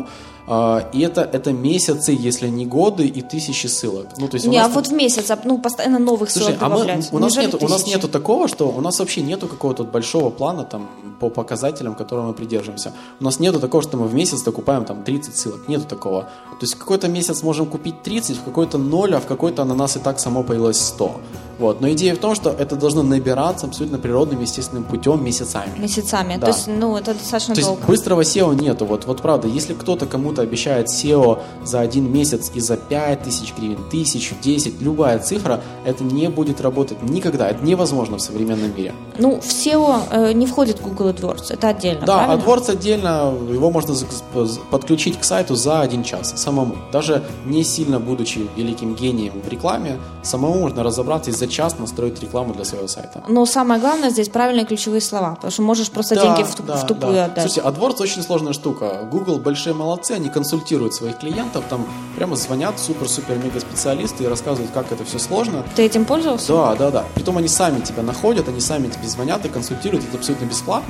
Speaker 3: И это месяцы, если не годы, и тысячи ссылок. Ну, то есть
Speaker 1: вот в месяц, постоянно новых ссылок добавлять.
Speaker 3: У нас нету такого, что у нас вообще нету какого-то большого плана там, по показателям, которым мы придерживаемся. У нас нету такого, что мы в месяц докупаем там 30 ссылок. Нету такого. То есть в какой-то месяц можем купить 30, в какой-то 0, а в какой-то на нас и так само появилось 100. Вот. Но идея в том, что это должно набираться абсолютно природным, естественным путем месяцами.
Speaker 1: Месяцами.
Speaker 3: Да.
Speaker 1: То есть, это достаточно долго.
Speaker 3: То есть быстрого SEO нету. Вот правда, если кто-то кому-то обещает SEO за 1 месяц и за 5000 гривен, 1000, 10, любая цифра, это не будет работать никогда. Это невозможно в современном мире.
Speaker 1: В SEO не входит Google AdWords. Это отдельно,
Speaker 3: да,
Speaker 1: правильно?
Speaker 3: AdWords отдельно. Его можно подключить к сайту за 1 час самому. Даже не сильно будучи великим гением в рекламе, самому можно разобраться и за час настроить рекламу для своего сайта.
Speaker 1: Но самое главное здесь правильные ключевые слова, потому что можешь просто деньги в тупую отдать.
Speaker 3: Слушайте, AdWords очень сложная штука. Google большие молодцы, они консультируют своих клиентов, там прямо звонят супер-мега специалисты и рассказывают, как это все сложно.
Speaker 1: Ты этим пользовался?
Speaker 3: Да. Притом они сами тебя находят, они сами тебе звонят и консультируют, это абсолютно бесплатно.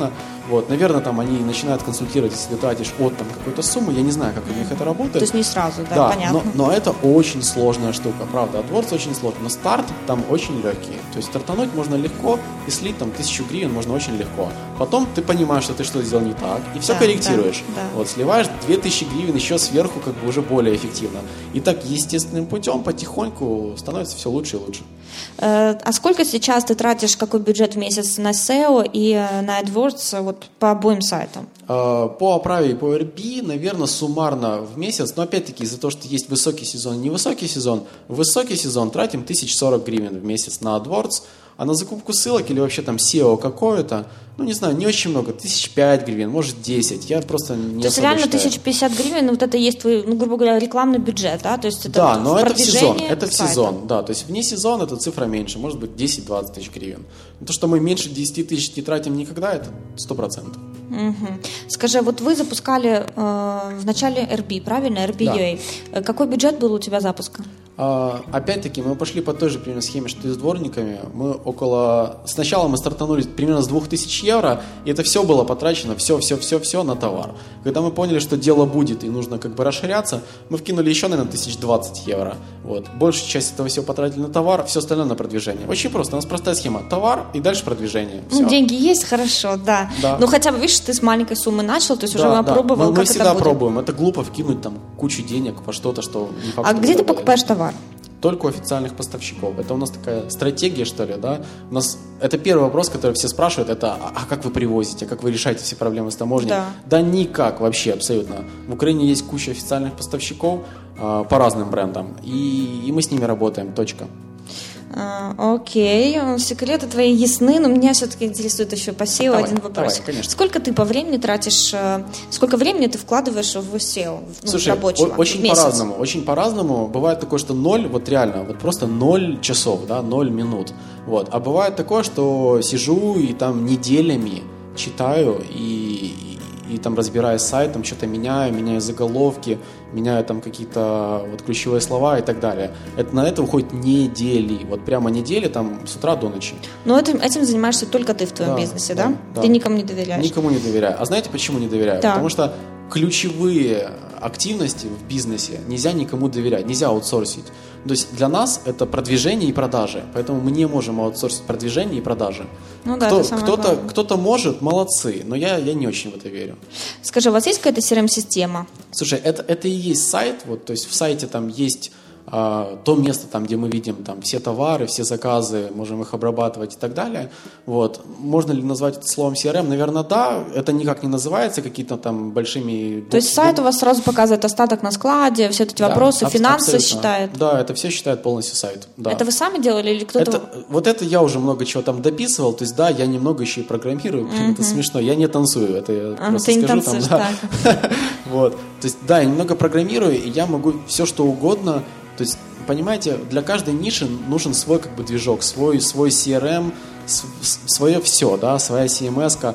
Speaker 3: Вот, наверное, там они начинают консультировать, если ты тратишь от там какой-то суммы, я не знаю, как у них это работает.
Speaker 1: То есть не сразу, да, понятно.
Speaker 3: Но это очень сложная штука, правда, AdWords очень сложный, но старт там очень легкий. То есть стартануть можно легко, и слить там 1000 гривен можно очень легко. Потом ты понимаешь, что ты что-то сделал не так, и все корректируешь.
Speaker 1: Да.
Speaker 3: Вот, сливаешь 2000 гривен еще сверху, как бы уже более эффективно. И так естественным путем потихоньку становится все лучше и лучше.
Speaker 1: А сколько сейчас ты тратишь, какой бюджет в месяц на SEO и на AdWords вот, по обоим сайтам?
Speaker 3: По оправе и по RB, наверное, суммарно в месяц, но опять-таки из-за того, что есть высокий сезон и невысокий сезон, в высокий сезон тратим 1040 гривен в месяц на AdWords, а на закупку ссылок или вообще там SEO какое-то, ну не знаю, не очень много, 1005 гривен, может 10, я просто не
Speaker 1: То есть реально
Speaker 3: считаю.
Speaker 1: 1050 гривен, вот это есть твой, ну, грубо говоря, рекламный бюджет, да? То есть это
Speaker 3: да,
Speaker 1: вот
Speaker 3: но это в сезон, это в
Speaker 1: сайта.
Speaker 3: сезон, да, то есть вне сезона эта цифра меньше, может быть 10-20 тысяч гривен. Но то, что мы меньше 10 тысяч не тратим никогда, это 100%.
Speaker 1: Угу. Скажи, вот вы запускали в начале RB, правильно? RB.ua. Да. Какой бюджет был у тебя запуска?
Speaker 3: Опять-таки, мы пошли по той же примерно схеме, что и с дворниками. Сначала мы стартанули примерно с 2000 евро, и это все было потрачено, все на товар. Когда мы поняли, что дело будет и нужно как бы расширяться, мы вкинули еще, наверное, 1020 евро. Вот. Большую часть этого всего потратили на товар, все остальное на продвижение. Очень просто, у нас простая схема. Товар и дальше продвижение. Все.
Speaker 1: Ну, деньги есть, хорошо, да. Ну, хотя бы, видишь, ты с маленькой суммы начал, то есть уже опробовал,
Speaker 3: мы
Speaker 1: как
Speaker 3: всегда
Speaker 1: это будет.
Speaker 3: пробуем. Это глупо вкинуть там кучу денег во что-то, что не факт.
Speaker 1: А где ты покупаешь товар?
Speaker 3: Только у официальных поставщиков. Это у нас такая стратегия, что ли, да? У нас это первый вопрос, который все спрашивают, это а как вы привозите, как вы решаете все проблемы с таможней? Да никак вообще, абсолютно. В Украине есть куча официальных поставщиков по разным брендам, и мы с ними работаем, точка.
Speaker 1: Окей, секреты твои ясны, но меня все-таки интересует еще по SEO один вопрос.
Speaker 3: Давай, конечно.
Speaker 1: Сколько ты по времени тратишь, сколько времени ты вкладываешь в SEO,
Speaker 3: Слушай,
Speaker 1: рабочего,
Speaker 3: очень по-разному, очень по-разному. Бывает такое, что 0, вот реально, вот просто 0 часов, да, 0 минут. Вот. А бывает такое, что сижу и там неделями читаю и там разбираю сайт, там что-то меняю заголовки, меняю там какие-то вот ключевые слова и так далее. На это уходит недели, вот прямо недели, там с утра до ночи.
Speaker 1: Но этим занимаешься только ты в твоем бизнесе, да? Ты никому не доверяешь?
Speaker 3: Никому не доверяю. А знаете, почему не доверяю?
Speaker 1: Да.
Speaker 3: Потому что ключевые активности в бизнесе нельзя никому доверять, нельзя аутсорсить. То есть для нас это продвижение и продажи, поэтому мы не можем аутсорсить продвижение и продажи.
Speaker 1: Ну да, это самое главное.
Speaker 3: Кто-то может, молодцы, но я не очень в это верю.
Speaker 1: Скажи, у вас есть какая-то CRM-система?
Speaker 3: Слушай, это и есть сайт, вот, то есть в сайте там есть то место, там, где мы видим там, все товары, все заказы, можем их обрабатывать и так далее. Вот. Можно ли назвать это словом CRM? Наверное, да. Это никак не называется какие-то там большими...
Speaker 1: То есть сайт у вас сразу показывает остаток на складе, все эти вопросы, финансы абсолютно считает?
Speaker 3: Да, это все считает полностью сайт. Да.
Speaker 1: Это вы сами делали или кто-то...
Speaker 3: Вот это я уже много чего там дописывал. То есть да, я немного еще и программирую. Это смешно. Я не танцую. Это я просто
Speaker 1: ты
Speaker 3: скажу.
Speaker 1: Не танцуешь,
Speaker 3: там, да. Вот. То есть да, я немного программирую, и я могу все что угодно. То есть, понимаете, для каждой ниши нужен свой как бы движок, свой CRM, свое все, да, своя CMS-ка,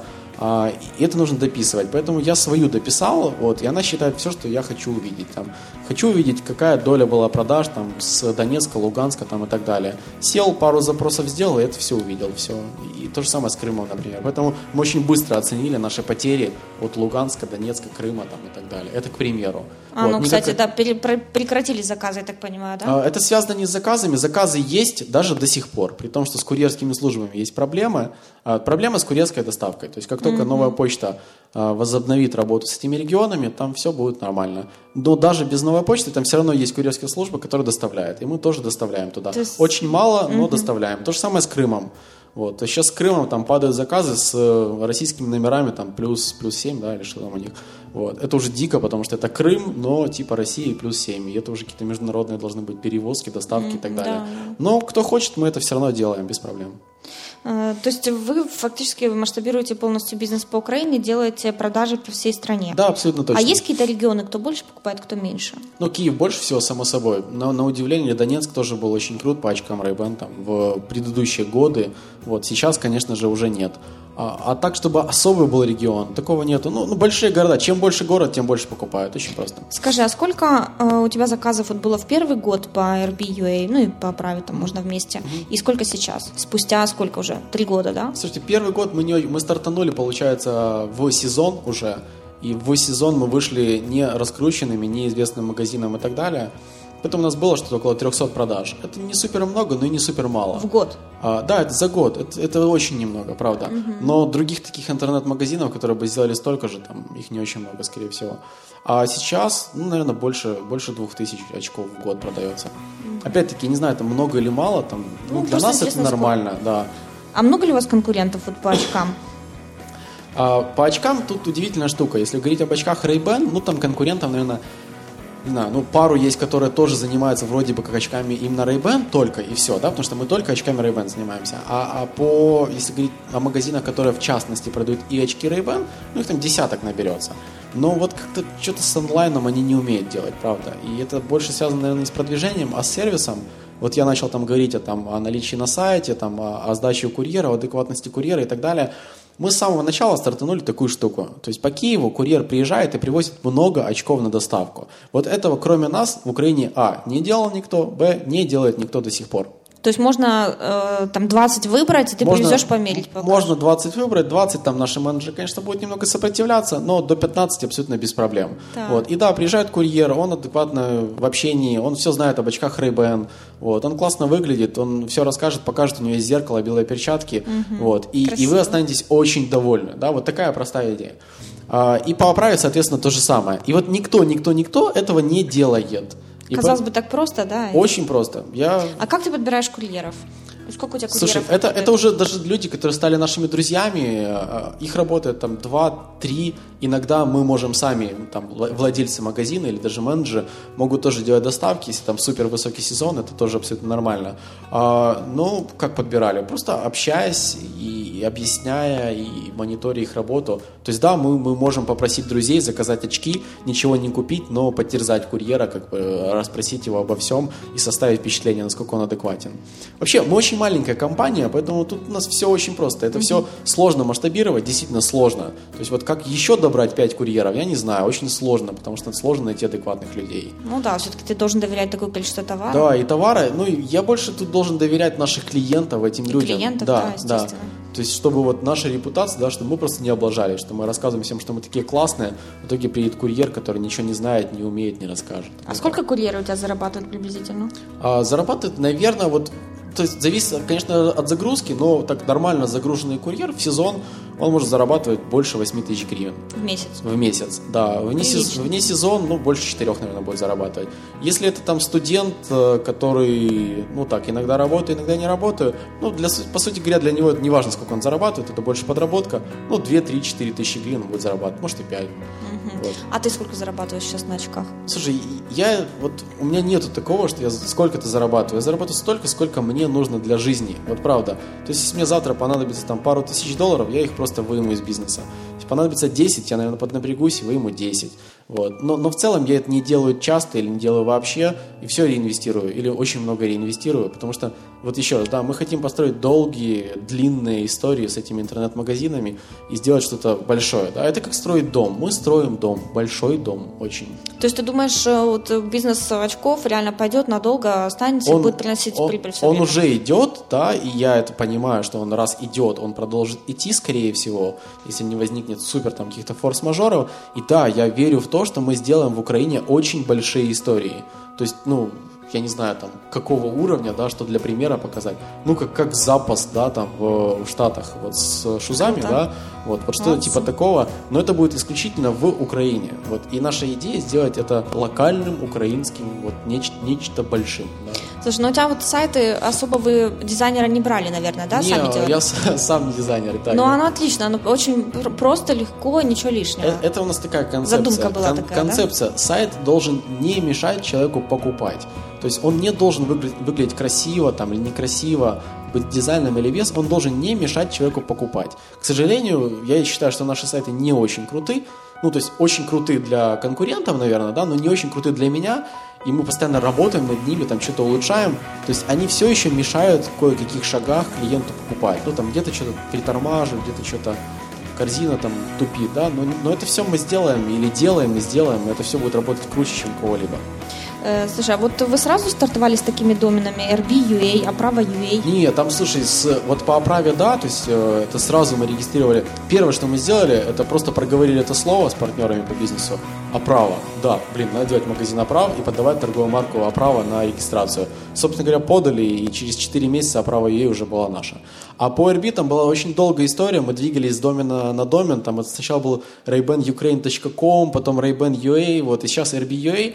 Speaker 3: и это нужно дописывать. Поэтому я свою дописал, вот, и она считает все, что я хочу увидеть. Там, хочу увидеть, какая доля была продаж там, с Донецка, Луганска там, и так далее. Сел, пару запросов сделал, и это все увидел. Все. И то же самое с Крымом, например. Поэтому мы очень быстро оценили наши потери от Луганска, Донецка, Крыма там, и так далее. Это к примеру.
Speaker 1: Вот, кстати, да, прекратили заказы, я так понимаю, да?
Speaker 3: Это связано не с заказами. Заказы есть даже до сих пор. При том, что с курьерскими службами есть проблемы. Проблема с курьерской доставкой. То есть, как только новая почта возобновит работу с этими регионами, там все будет нормально. Но даже без новой почты там все равно есть курьерские службы, которые доставляют. И мы тоже доставляем туда. Есть... Очень мало, но доставляем. То же самое с Крымом. Вот. То есть сейчас с Крымом там падают заказы с российскими номерами там плюс 7, да, или что там у них. Вот. Это уже дико, потому что это Крым, но типа Россия плюс 7. И это уже какие-то международные должны быть перевозки, доставки и так далее. Да. Но кто хочет, мы это все равно делаем без проблем.
Speaker 1: То есть вы фактически масштабируете полностью бизнес по Украине, делаете продажи по всей стране?
Speaker 3: Да, абсолютно точно.
Speaker 1: А есть какие-то регионы, кто больше покупает, кто меньше?
Speaker 3: Ну, Киев больше всего, само собой. Но на удивление, Донецк тоже был очень крут по очкам Ray-Ban там в предыдущие годы. Вот сейчас, конечно же, уже нет. А так, чтобы особый был регион, такого нету. Ну, большие города. Чем больше город, тем больше покупают. Очень просто.
Speaker 1: Скажи, а сколько у тебя заказов вот было в первый год по RB.ua, ну и по праве там можно вместе, и сколько сейчас? Спустя сколько уже? 3 года, да?
Speaker 3: Слушайте, первый год мы стартанули, получается, в сезон уже. И в сезон мы вышли не раскрученными, неизвестным магазином и так далее. Поэтому у нас было что-то около 300 продаж. Это не супер много, но и не супер мало.
Speaker 1: В год?
Speaker 3: Да, это за год. Это очень немного, правда. Но других таких интернет-магазинов, которые бы сделали столько же, там их не очень много, скорее всего. А сейчас, наверное, больше 2000 очков в год продается. Опять-таки, не знаю, это много или мало. Там, для нас это нормально, да.
Speaker 1: А много ли у вас конкурентов вот по очкам?
Speaker 3: По очкам тут удивительная штука. Если говорить об очках Ray-Ban, там конкурентов, наверное, не знаю, пару есть, которые тоже занимаются вроде бы как очками именно Ray-Ban только, и все, да, потому что мы только очками Ray-Ban занимаемся. Если говорить о магазинах, которые в частности продают и очки Ray-Ban, их там десяток наберется. Но вот как-то что-то с онлайном они не умеют делать, правда. И это больше связано, наверное, не с продвижением, а с сервисом. Вот я начал там говорить о наличии на сайте, о сдаче у курьера, о адекватности курьера и так далее. Мы с самого начала стартанули такую штуку. То есть по Киеву курьер приезжает и привозит много очков на доставку. Вот этого, кроме нас, в Украине, не делал никто, не делает никто до сих пор.
Speaker 1: То есть можно 20 выбрать, и ты привезешь померить?
Speaker 3: Можно 20 выбрать, 20 там наши менеджеры, конечно, будут немного сопротивляться, но до 15 абсолютно без проблем. Вот. И да, приезжает курьер, он адекватно в общении, он все знает об очках Ray-Ban, вот. Он классно выглядит, он все расскажет, покажет, у него есть зеркало, белые перчатки, вот. И вы останетесь очень довольны. Да? Вот такая простая идея. И по оправе, соответственно, то же самое. И вот никто этого не делает.
Speaker 1: Казалось бы, так просто, да?
Speaker 3: Очень просто.
Speaker 1: А как ты подбираешь курьеров? Сколько у тебя курьеров?
Speaker 3: Слушай, это уже даже люди, которые стали нашими друзьями, их работает там 2-3, иногда мы можем сами, там, владельцы магазина или даже менеджеры могут тоже делать доставки, если там супер высокий сезон, это тоже абсолютно нормально. Как подбирали? Просто общаясь и объясняя, и мониторя их работу. То есть да, мы можем попросить друзей заказать очки, ничего не купить, но подтерзать курьера, расспросить его обо всем и составить впечатление, насколько он адекватен. Вообще, мы очень маленькая компания, поэтому тут у нас все очень просто. Это все сложно масштабировать, действительно сложно. То есть вот как еще добрать 5 курьеров, я не знаю, очень сложно, потому что сложно найти адекватных людей.
Speaker 1: Ну да, все-таки ты должен доверять такое количество товара.
Speaker 3: Да, и товары, я больше тут должен доверять наших клиентов этим людям.
Speaker 1: Клиентов, да, естественно.
Speaker 3: То есть, чтобы вот наша репутация, да, чтобы мы просто не облажали, что мы рассказываем всем, что мы такие классные, в итоге приедет курьер, который ничего не знает, не умеет, не расскажет.
Speaker 1: А сколько курьеры у тебя зарабатывают приблизительно?
Speaker 3: Зарабатывают, наверное, то есть зависит, конечно, от загрузки, но так нормально загруженный курьер в сезон, он может зарабатывать больше 8 тысяч гривен.
Speaker 1: В месяц?
Speaker 3: В месяц, да. Вне сезон, больше 4, наверное, будет зарабатывать. Если это там студент, который, иногда работает, иногда не работает, по сути говоря, для него это не важно, сколько он зарабатывает, это больше подработка, 2, 3, 4 тысячи гривен он будет зарабатывать, может и 5.
Speaker 1: Вот. А ты сколько зарабатываешь сейчас на очках?
Speaker 3: Слушай, у меня нету такого, что я сколько-то зарабатываю. Я зарабатываю столько, сколько мне нужно для жизни. Вот правда. То есть, если мне завтра понадобится там пару тысяч долларов, я их просто выйму из бизнеса. Если понадобится 10, я, наверное, поднапрягусь и выйму 10. Вот. Но в целом я это не делаю часто или не делаю вообще, и все реинвестирую, или очень много реинвестирую, потому что, вот еще раз, да, мы хотим построить долгие, длинные истории с этими интернет-магазинами и сделать что-то большое. Да? Это как строить дом. Мы строим дом, большой дом очень.
Speaker 1: То есть ты думаешь, вот бизнес очков реально пойдет надолго, останется и будет приносить прибыль все время?
Speaker 3: Он уже идет, да, и я это понимаю, что он раз идет, он продолжит идти, скорее всего, если не возникнет супер там каких-то форс-мажоров. И да, я верю в то, что мы сделаем в Украине очень большие истории. То есть, я не знаю, там, какого уровня, да, что для примера показать. Как запас, да, там, в Штатах, вот с шузами, да, вот что-то типа такого, но это будет исключительно в Украине. Вот, и наша идея сделать это локальным, украинским, вот, нечто большим, да.
Speaker 1: Слушай, у тебя вот сайты особо вы дизайнера не брали, наверное, да, сами делали?
Speaker 3: Я сам не дизайнер.
Speaker 1: Оно отлично, оно очень просто, легко, ничего лишнего.
Speaker 3: Это у нас такая концепция.
Speaker 1: Задумка была такая,
Speaker 3: концепция. Да? Сайт должен не мешать человеку покупать. То есть он не должен выглядеть красиво там, или некрасиво, быть дизайном или без, он должен не мешать человеку покупать. К сожалению, я считаю, что наши сайты не очень круты, то есть очень крутые для конкурентов, наверное, да, но не очень крутые для меня. и мы постоянно работаем над ними, там что-то улучшаем, то есть они все еще мешают в кое-каких шагах клиенту покупать. Ну, там где-то что-то притормаживают, где-то что-то корзина там тупит, да, но это все мы сделаем или делаем и сделаем, и это все будет работать круче, чем кого-либо.
Speaker 1: Слушай, а вот вы сразу стартовали с такими доменами RB.ua, Оправа.ua?
Speaker 3: Нет, там, слушай, вот по Оправе, да, то есть это сразу мы регистрировали. Первое, что мы сделали, это просто проговорили это слово с партнерами по бизнесу. Оправа, да, надо делать магазин Оправ и подавать торговую марку Оправа на регистрацию. Собственно говоря, подали, и через 4 месяца Оправа.ua уже была наша. А по RB там была очень долгая история, мы двигались с домена на домен, там сначала был raybanukraine.com, потом rayban.ua, вот, и сейчас RB.ua.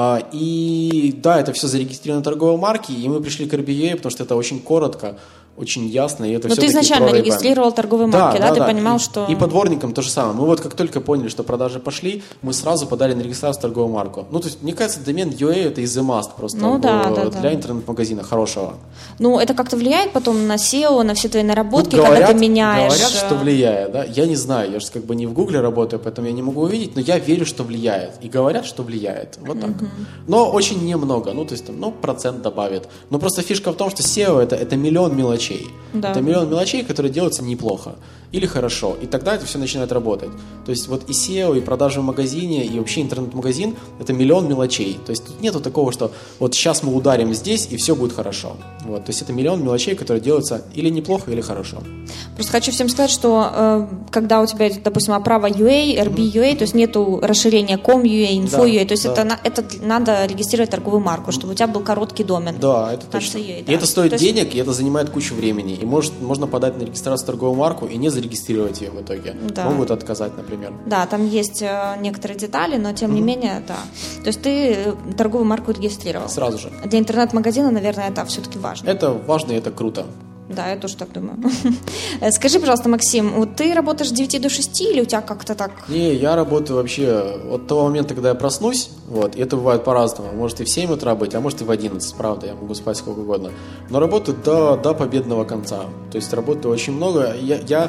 Speaker 3: И да, это все зарегистрировано торговой марки, и мы пришли к RB.ua, потому что это очень коротко, очень ясно. И это.
Speaker 1: Но ты изначально регистрировал торговые марки, да? Ты понимал, что...
Speaker 3: И по дворникам то же самое. Мы вот как только поняли, что продажи пошли, мы сразу подали на регистрацию торговую марку. Ну, то есть, мне кажется, домен UA это is a must просто для интернет-магазина хорошего.
Speaker 1: Ну, это как-то влияет потом на SEO, на все твои наработки, когда ты меняешь...
Speaker 3: Говорят, что влияет, да? Я не знаю, я же как бы не в Гугле работаю, поэтому я не могу увидеть, но я верю, что влияет. И говорят, что влияет. Вот так. Но очень немного, ну, то есть, там, процент добавит. Но просто фишка в том, что SEO это миллион мелочей.
Speaker 1: Да.
Speaker 3: Это миллион мелочей, которые делаются неплохо или хорошо, и тогда это все начинает работать. То есть вот и SEO, и продажи в магазине, и вообще интернет-магазин – это миллион мелочей. То есть тут нету такого, что вот сейчас мы ударим здесь, и все будет хорошо. Вот, то есть это миллион мелочей, которые делаются или неплохо, или хорошо.
Speaker 1: Просто хочу всем сказать, что когда у тебя, допустим, Оправа.ua, RB.ua, то есть нету расширения com.ua, info.ua, то есть это надо регистрировать торговую марку, чтобы у тебя был короткий домен.
Speaker 3: Да, это точно.
Speaker 1: И
Speaker 3: это стоит денег, и это занимает кучу времени. И можно подать на регистрацию торговую марку и не зарегистрировать ее в итоге. Да. Могут отказать, например.
Speaker 1: Да, там есть некоторые детали, но тем не менее, да. То есть ты торговую марку регистрировал.
Speaker 3: Сразу же.
Speaker 1: Для интернет-магазина, наверное, это все-таки важно.
Speaker 3: Это важно и это круто.
Speaker 1: Да, я тоже так думаю. Скажи, пожалуйста, Максим, вот ты работаешь с 9 до 6 или у тебя как-то так?
Speaker 3: Не, я работаю вообще от того момента, когда я проснусь, вот, и это бывает по-разному. Может и в 7 утра быть, а может и в 11, правда, я могу спать сколько угодно. Но работаю до победного конца. То есть работаю очень много. Я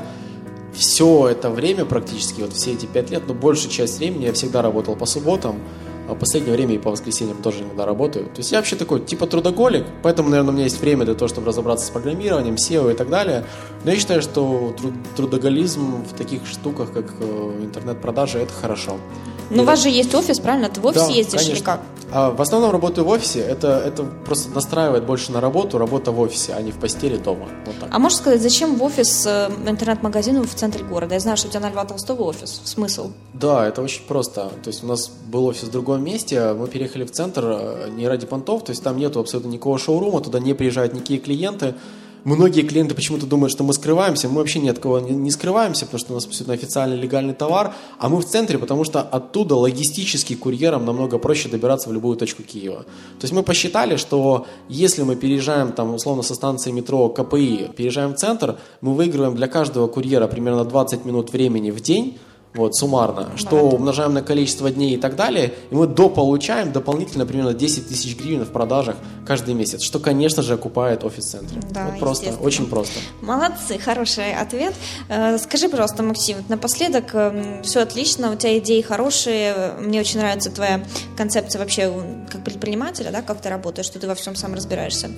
Speaker 3: все это время практически, вот все эти 5 лет, но большую часть времени я всегда работал по субботам. А в последнее время и по воскресеньям тоже иногда работаю. То есть я вообще такой типа трудоголик, поэтому, наверное, у меня есть время для того, чтобы разобраться с программированием, SEO и так далее. Но я считаю, что трудоголизм в таких штуках, как интернет-продажи, это хорошо.
Speaker 1: Но у вас же есть офис, правильно? Ты в офис ездишь, конечно. Или как?
Speaker 3: В основном работаю в офисе. Это просто настраивает больше на работу, работа в офисе, а не в постели дома. Вот так.
Speaker 1: А можешь сказать, зачем в офис интернет-магазину в центре города? Я знаю, что у тебя на Льва Толстого офис. Смысл? Да,
Speaker 3: это очень просто. То есть у нас был офис в другом месте, мы переехали в центр не ради понтов, то есть там нету абсолютно никакого шоурума, туда не приезжают никакие клиенты. Многие клиенты почему-то думают, что мы скрываемся. Мы вообще ни от кого не скрываемся, потому что у нас абсолютно официальный легальный товар. А мы в центре, потому что оттуда логистически курьерам намного проще добираться в любую точку Киева. То есть мы посчитали, что если мы переезжаем там, условно со станции метро КПИ, переезжаем в центр, мы выигрываем для каждого курьера примерно 20 минут времени в день. Вот, суммарно, что умножаем на количество дней и так далее, и мы дополучаем дополнительно примерно 10 тысяч гривен в продажах каждый месяц, что, конечно же, окупает офис-центр.
Speaker 1: Да,
Speaker 3: вот просто, очень просто.
Speaker 1: Молодцы, хороший ответ. Скажи, пожалуйста, Максим, напоследок, все отлично, у тебя идеи хорошие, мне очень нравится твоя концепция вообще как предпринимателя, да, как ты работаешь, что ты во всем сам разбираешься,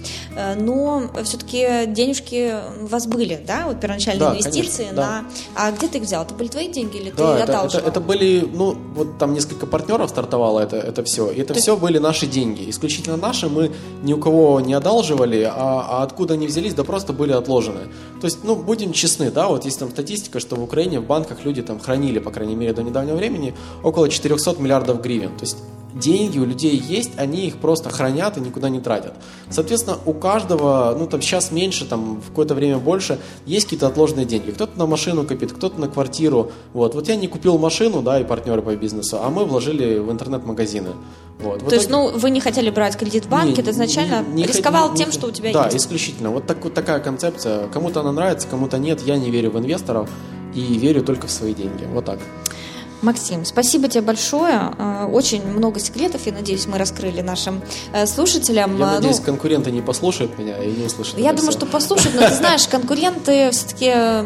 Speaker 1: но все-таки денежки у вас были, да, вот первоначальные инвестиции, конечно,
Speaker 3: да.
Speaker 1: А где ты их взял? Это были твои деньги или
Speaker 3: ты это были, вот там несколько партнеров стартовало это все. И это все были наши деньги. Исключительно наши, мы ни у кого не одалживали, а откуда они взялись, да просто были отложены. То есть, будем честны, да, вот есть там статистика, что в Украине в банках люди там хранили, по крайней мере, до недавнего времени около 400 миллиардов гривен. То есть деньги у людей есть, они их просто хранят и никуда не тратят. Соответственно, у каждого, там сейчас меньше, там в какое-то время больше, есть какие-то отложенные деньги. Кто-то на машину копит, кто-то на квартиру. Вот я не купил машину, да, и партнеры по бизнесу, а мы вложили в интернет-магазины. Вот.
Speaker 1: То есть, вы не хотели брать кредит в банке, ты изначально рисковал тем, что у тебя есть?
Speaker 3: Да, исключительно. Вот такая концепция. Кому-то она нравится, кому-то нет. Я не верю в инвесторов и верю только в свои деньги. Вот так.
Speaker 1: Максим, спасибо тебе большое. Очень много секретов, я надеюсь, мы раскрыли нашим слушателям.
Speaker 3: Я надеюсь, конкуренты не послушают меня и не услышат.
Speaker 1: Я думаю, что послушают, но ты знаешь, конкуренты все-таки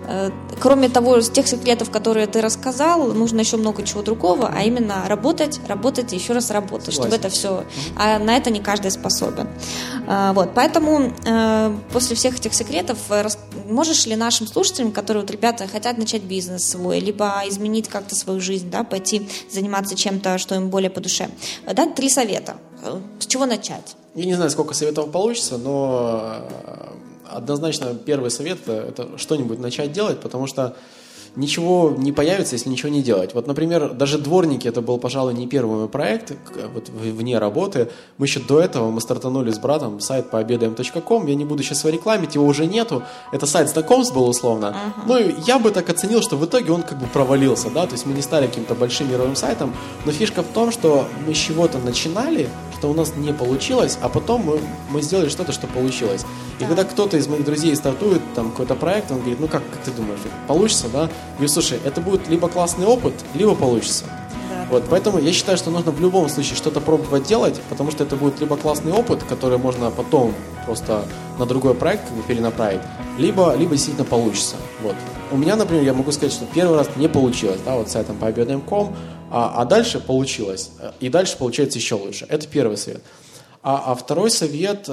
Speaker 1: кроме того, из тех секретов, которые ты рассказал, нужно еще много чего другого, а именно работать и еще раз работать, чтобы это все... А на это не каждый способен. Вот, поэтому после всех этих секретов можешь ли нашим слушателям, которые вот ребята хотят начать бизнес свой, либо изменить как-то свою жизнь, да, пойти заниматься чем-то, что им более по душе, дать 3 совета. С чего начать?
Speaker 3: Я не знаю, сколько советов получится, но однозначно первый совет – это что-нибудь начать делать, потому что ничего не появится, если ничего не делать. Вот, например, даже дворники – это был, пожалуй, не первый мой проект вот, вне работы. Мы еще до этого мы стартанули с братом сайт пообедаем.com. Я не буду сейчас его рекламить, его уже нету. Это сайт знакомств был условно. Ну, я бы так оценил, что в итоге он как бы провалился, да, то есть мы не стали каким-то большим мировым сайтом, но фишка в том, что мы с чего-то начинали, что у нас не получилось, а потом мы сделали что-то, что получилось. И когда кто-то из моих друзей стартует там какой-то проект, он говорит, ну как ты думаешь, получится, да? Я говорю, слушай, это будет либо классный опыт, либо получится. Вот, поэтому я считаю, что нужно в любом случае что-то пробовать делать, потому что это будет либо классный опыт, который можно потом просто на другой проект как бы перенаправить, либо действительно получится. Вот. У меня, например, я могу сказать, что первый раз не получилось, да, вот с сайтом пообедаем.com, а дальше получилось, и дальше получается еще лучше. Это первый совет. А второй совет...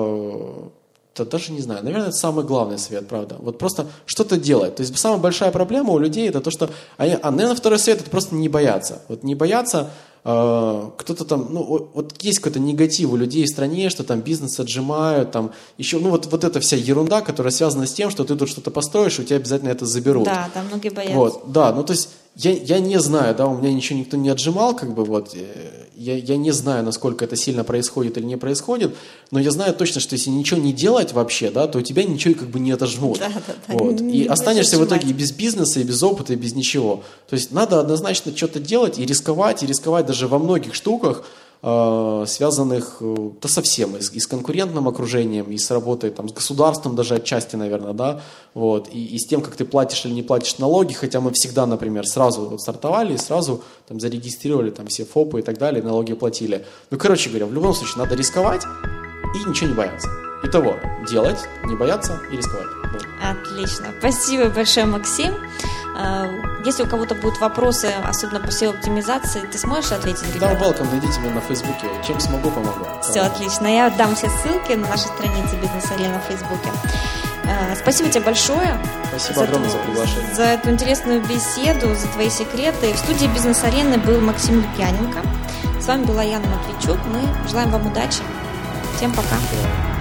Speaker 3: то даже не знаю, наверное, это самый главный совет, правда. Вот просто что-то делать. То есть самая большая проблема у людей это то, что... наверное, второй совет это просто не бояться. Вот не бояться, кто-то там... Ну, вот есть какой-то негатив у людей в стране, что там бизнес отжимают, там еще... Ну, вот эта вся ерунда, которая связана с тем, что ты тут что-то построишь, и у тебя обязательно это заберут.
Speaker 1: Да, там многие боятся.
Speaker 3: Вот, да, ну, то есть... Я не знаю, да, у меня ничего никто не отжимал, как бы вот, я не знаю, насколько это сильно происходит или не происходит, но я знаю точно, что если ничего не делать вообще, да, то у тебя ничего как бы не отожмут. Да, вот. И останешься в итоге и без бизнеса, и без опыта, и без ничего. То есть надо однозначно что-то делать и рисковать даже во многих штуках, связанных да, со всем, и с конкурентным окружением, и с работой там, с государством даже отчасти, наверное, да, вот, и с тем, как ты платишь или не платишь налоги, хотя мы всегда, например, сразу вот стартовали и сразу там, зарегистрировали там, все ФОПы и так далее, налоги платили. Ну, короче говоря, в любом случае надо рисковать и ничего не бояться. Итого, делать, не бояться и рисковать. Вот.
Speaker 1: Отлично. Спасибо большое, Максим. Если у кого-то будут вопросы, особенно по SEO-оптимизации, ты сможешь ответить?
Speaker 3: Да, welcome, найдите меня на Фейсбуке. Чем смогу, помогу.
Speaker 1: Все, отлично. Я дам все ссылки на нашей странице «Бизнес-арена» в Фейсбуке. Спасибо тебе большое.
Speaker 3: Спасибо огромное за приглашение.
Speaker 1: За эту интересную беседу, за твои секреты. В студии «Бизнес-арены» был Максим Лукьяненко. С вами была Яна Матвейчук. Мы желаем вам удачи. Всем пока.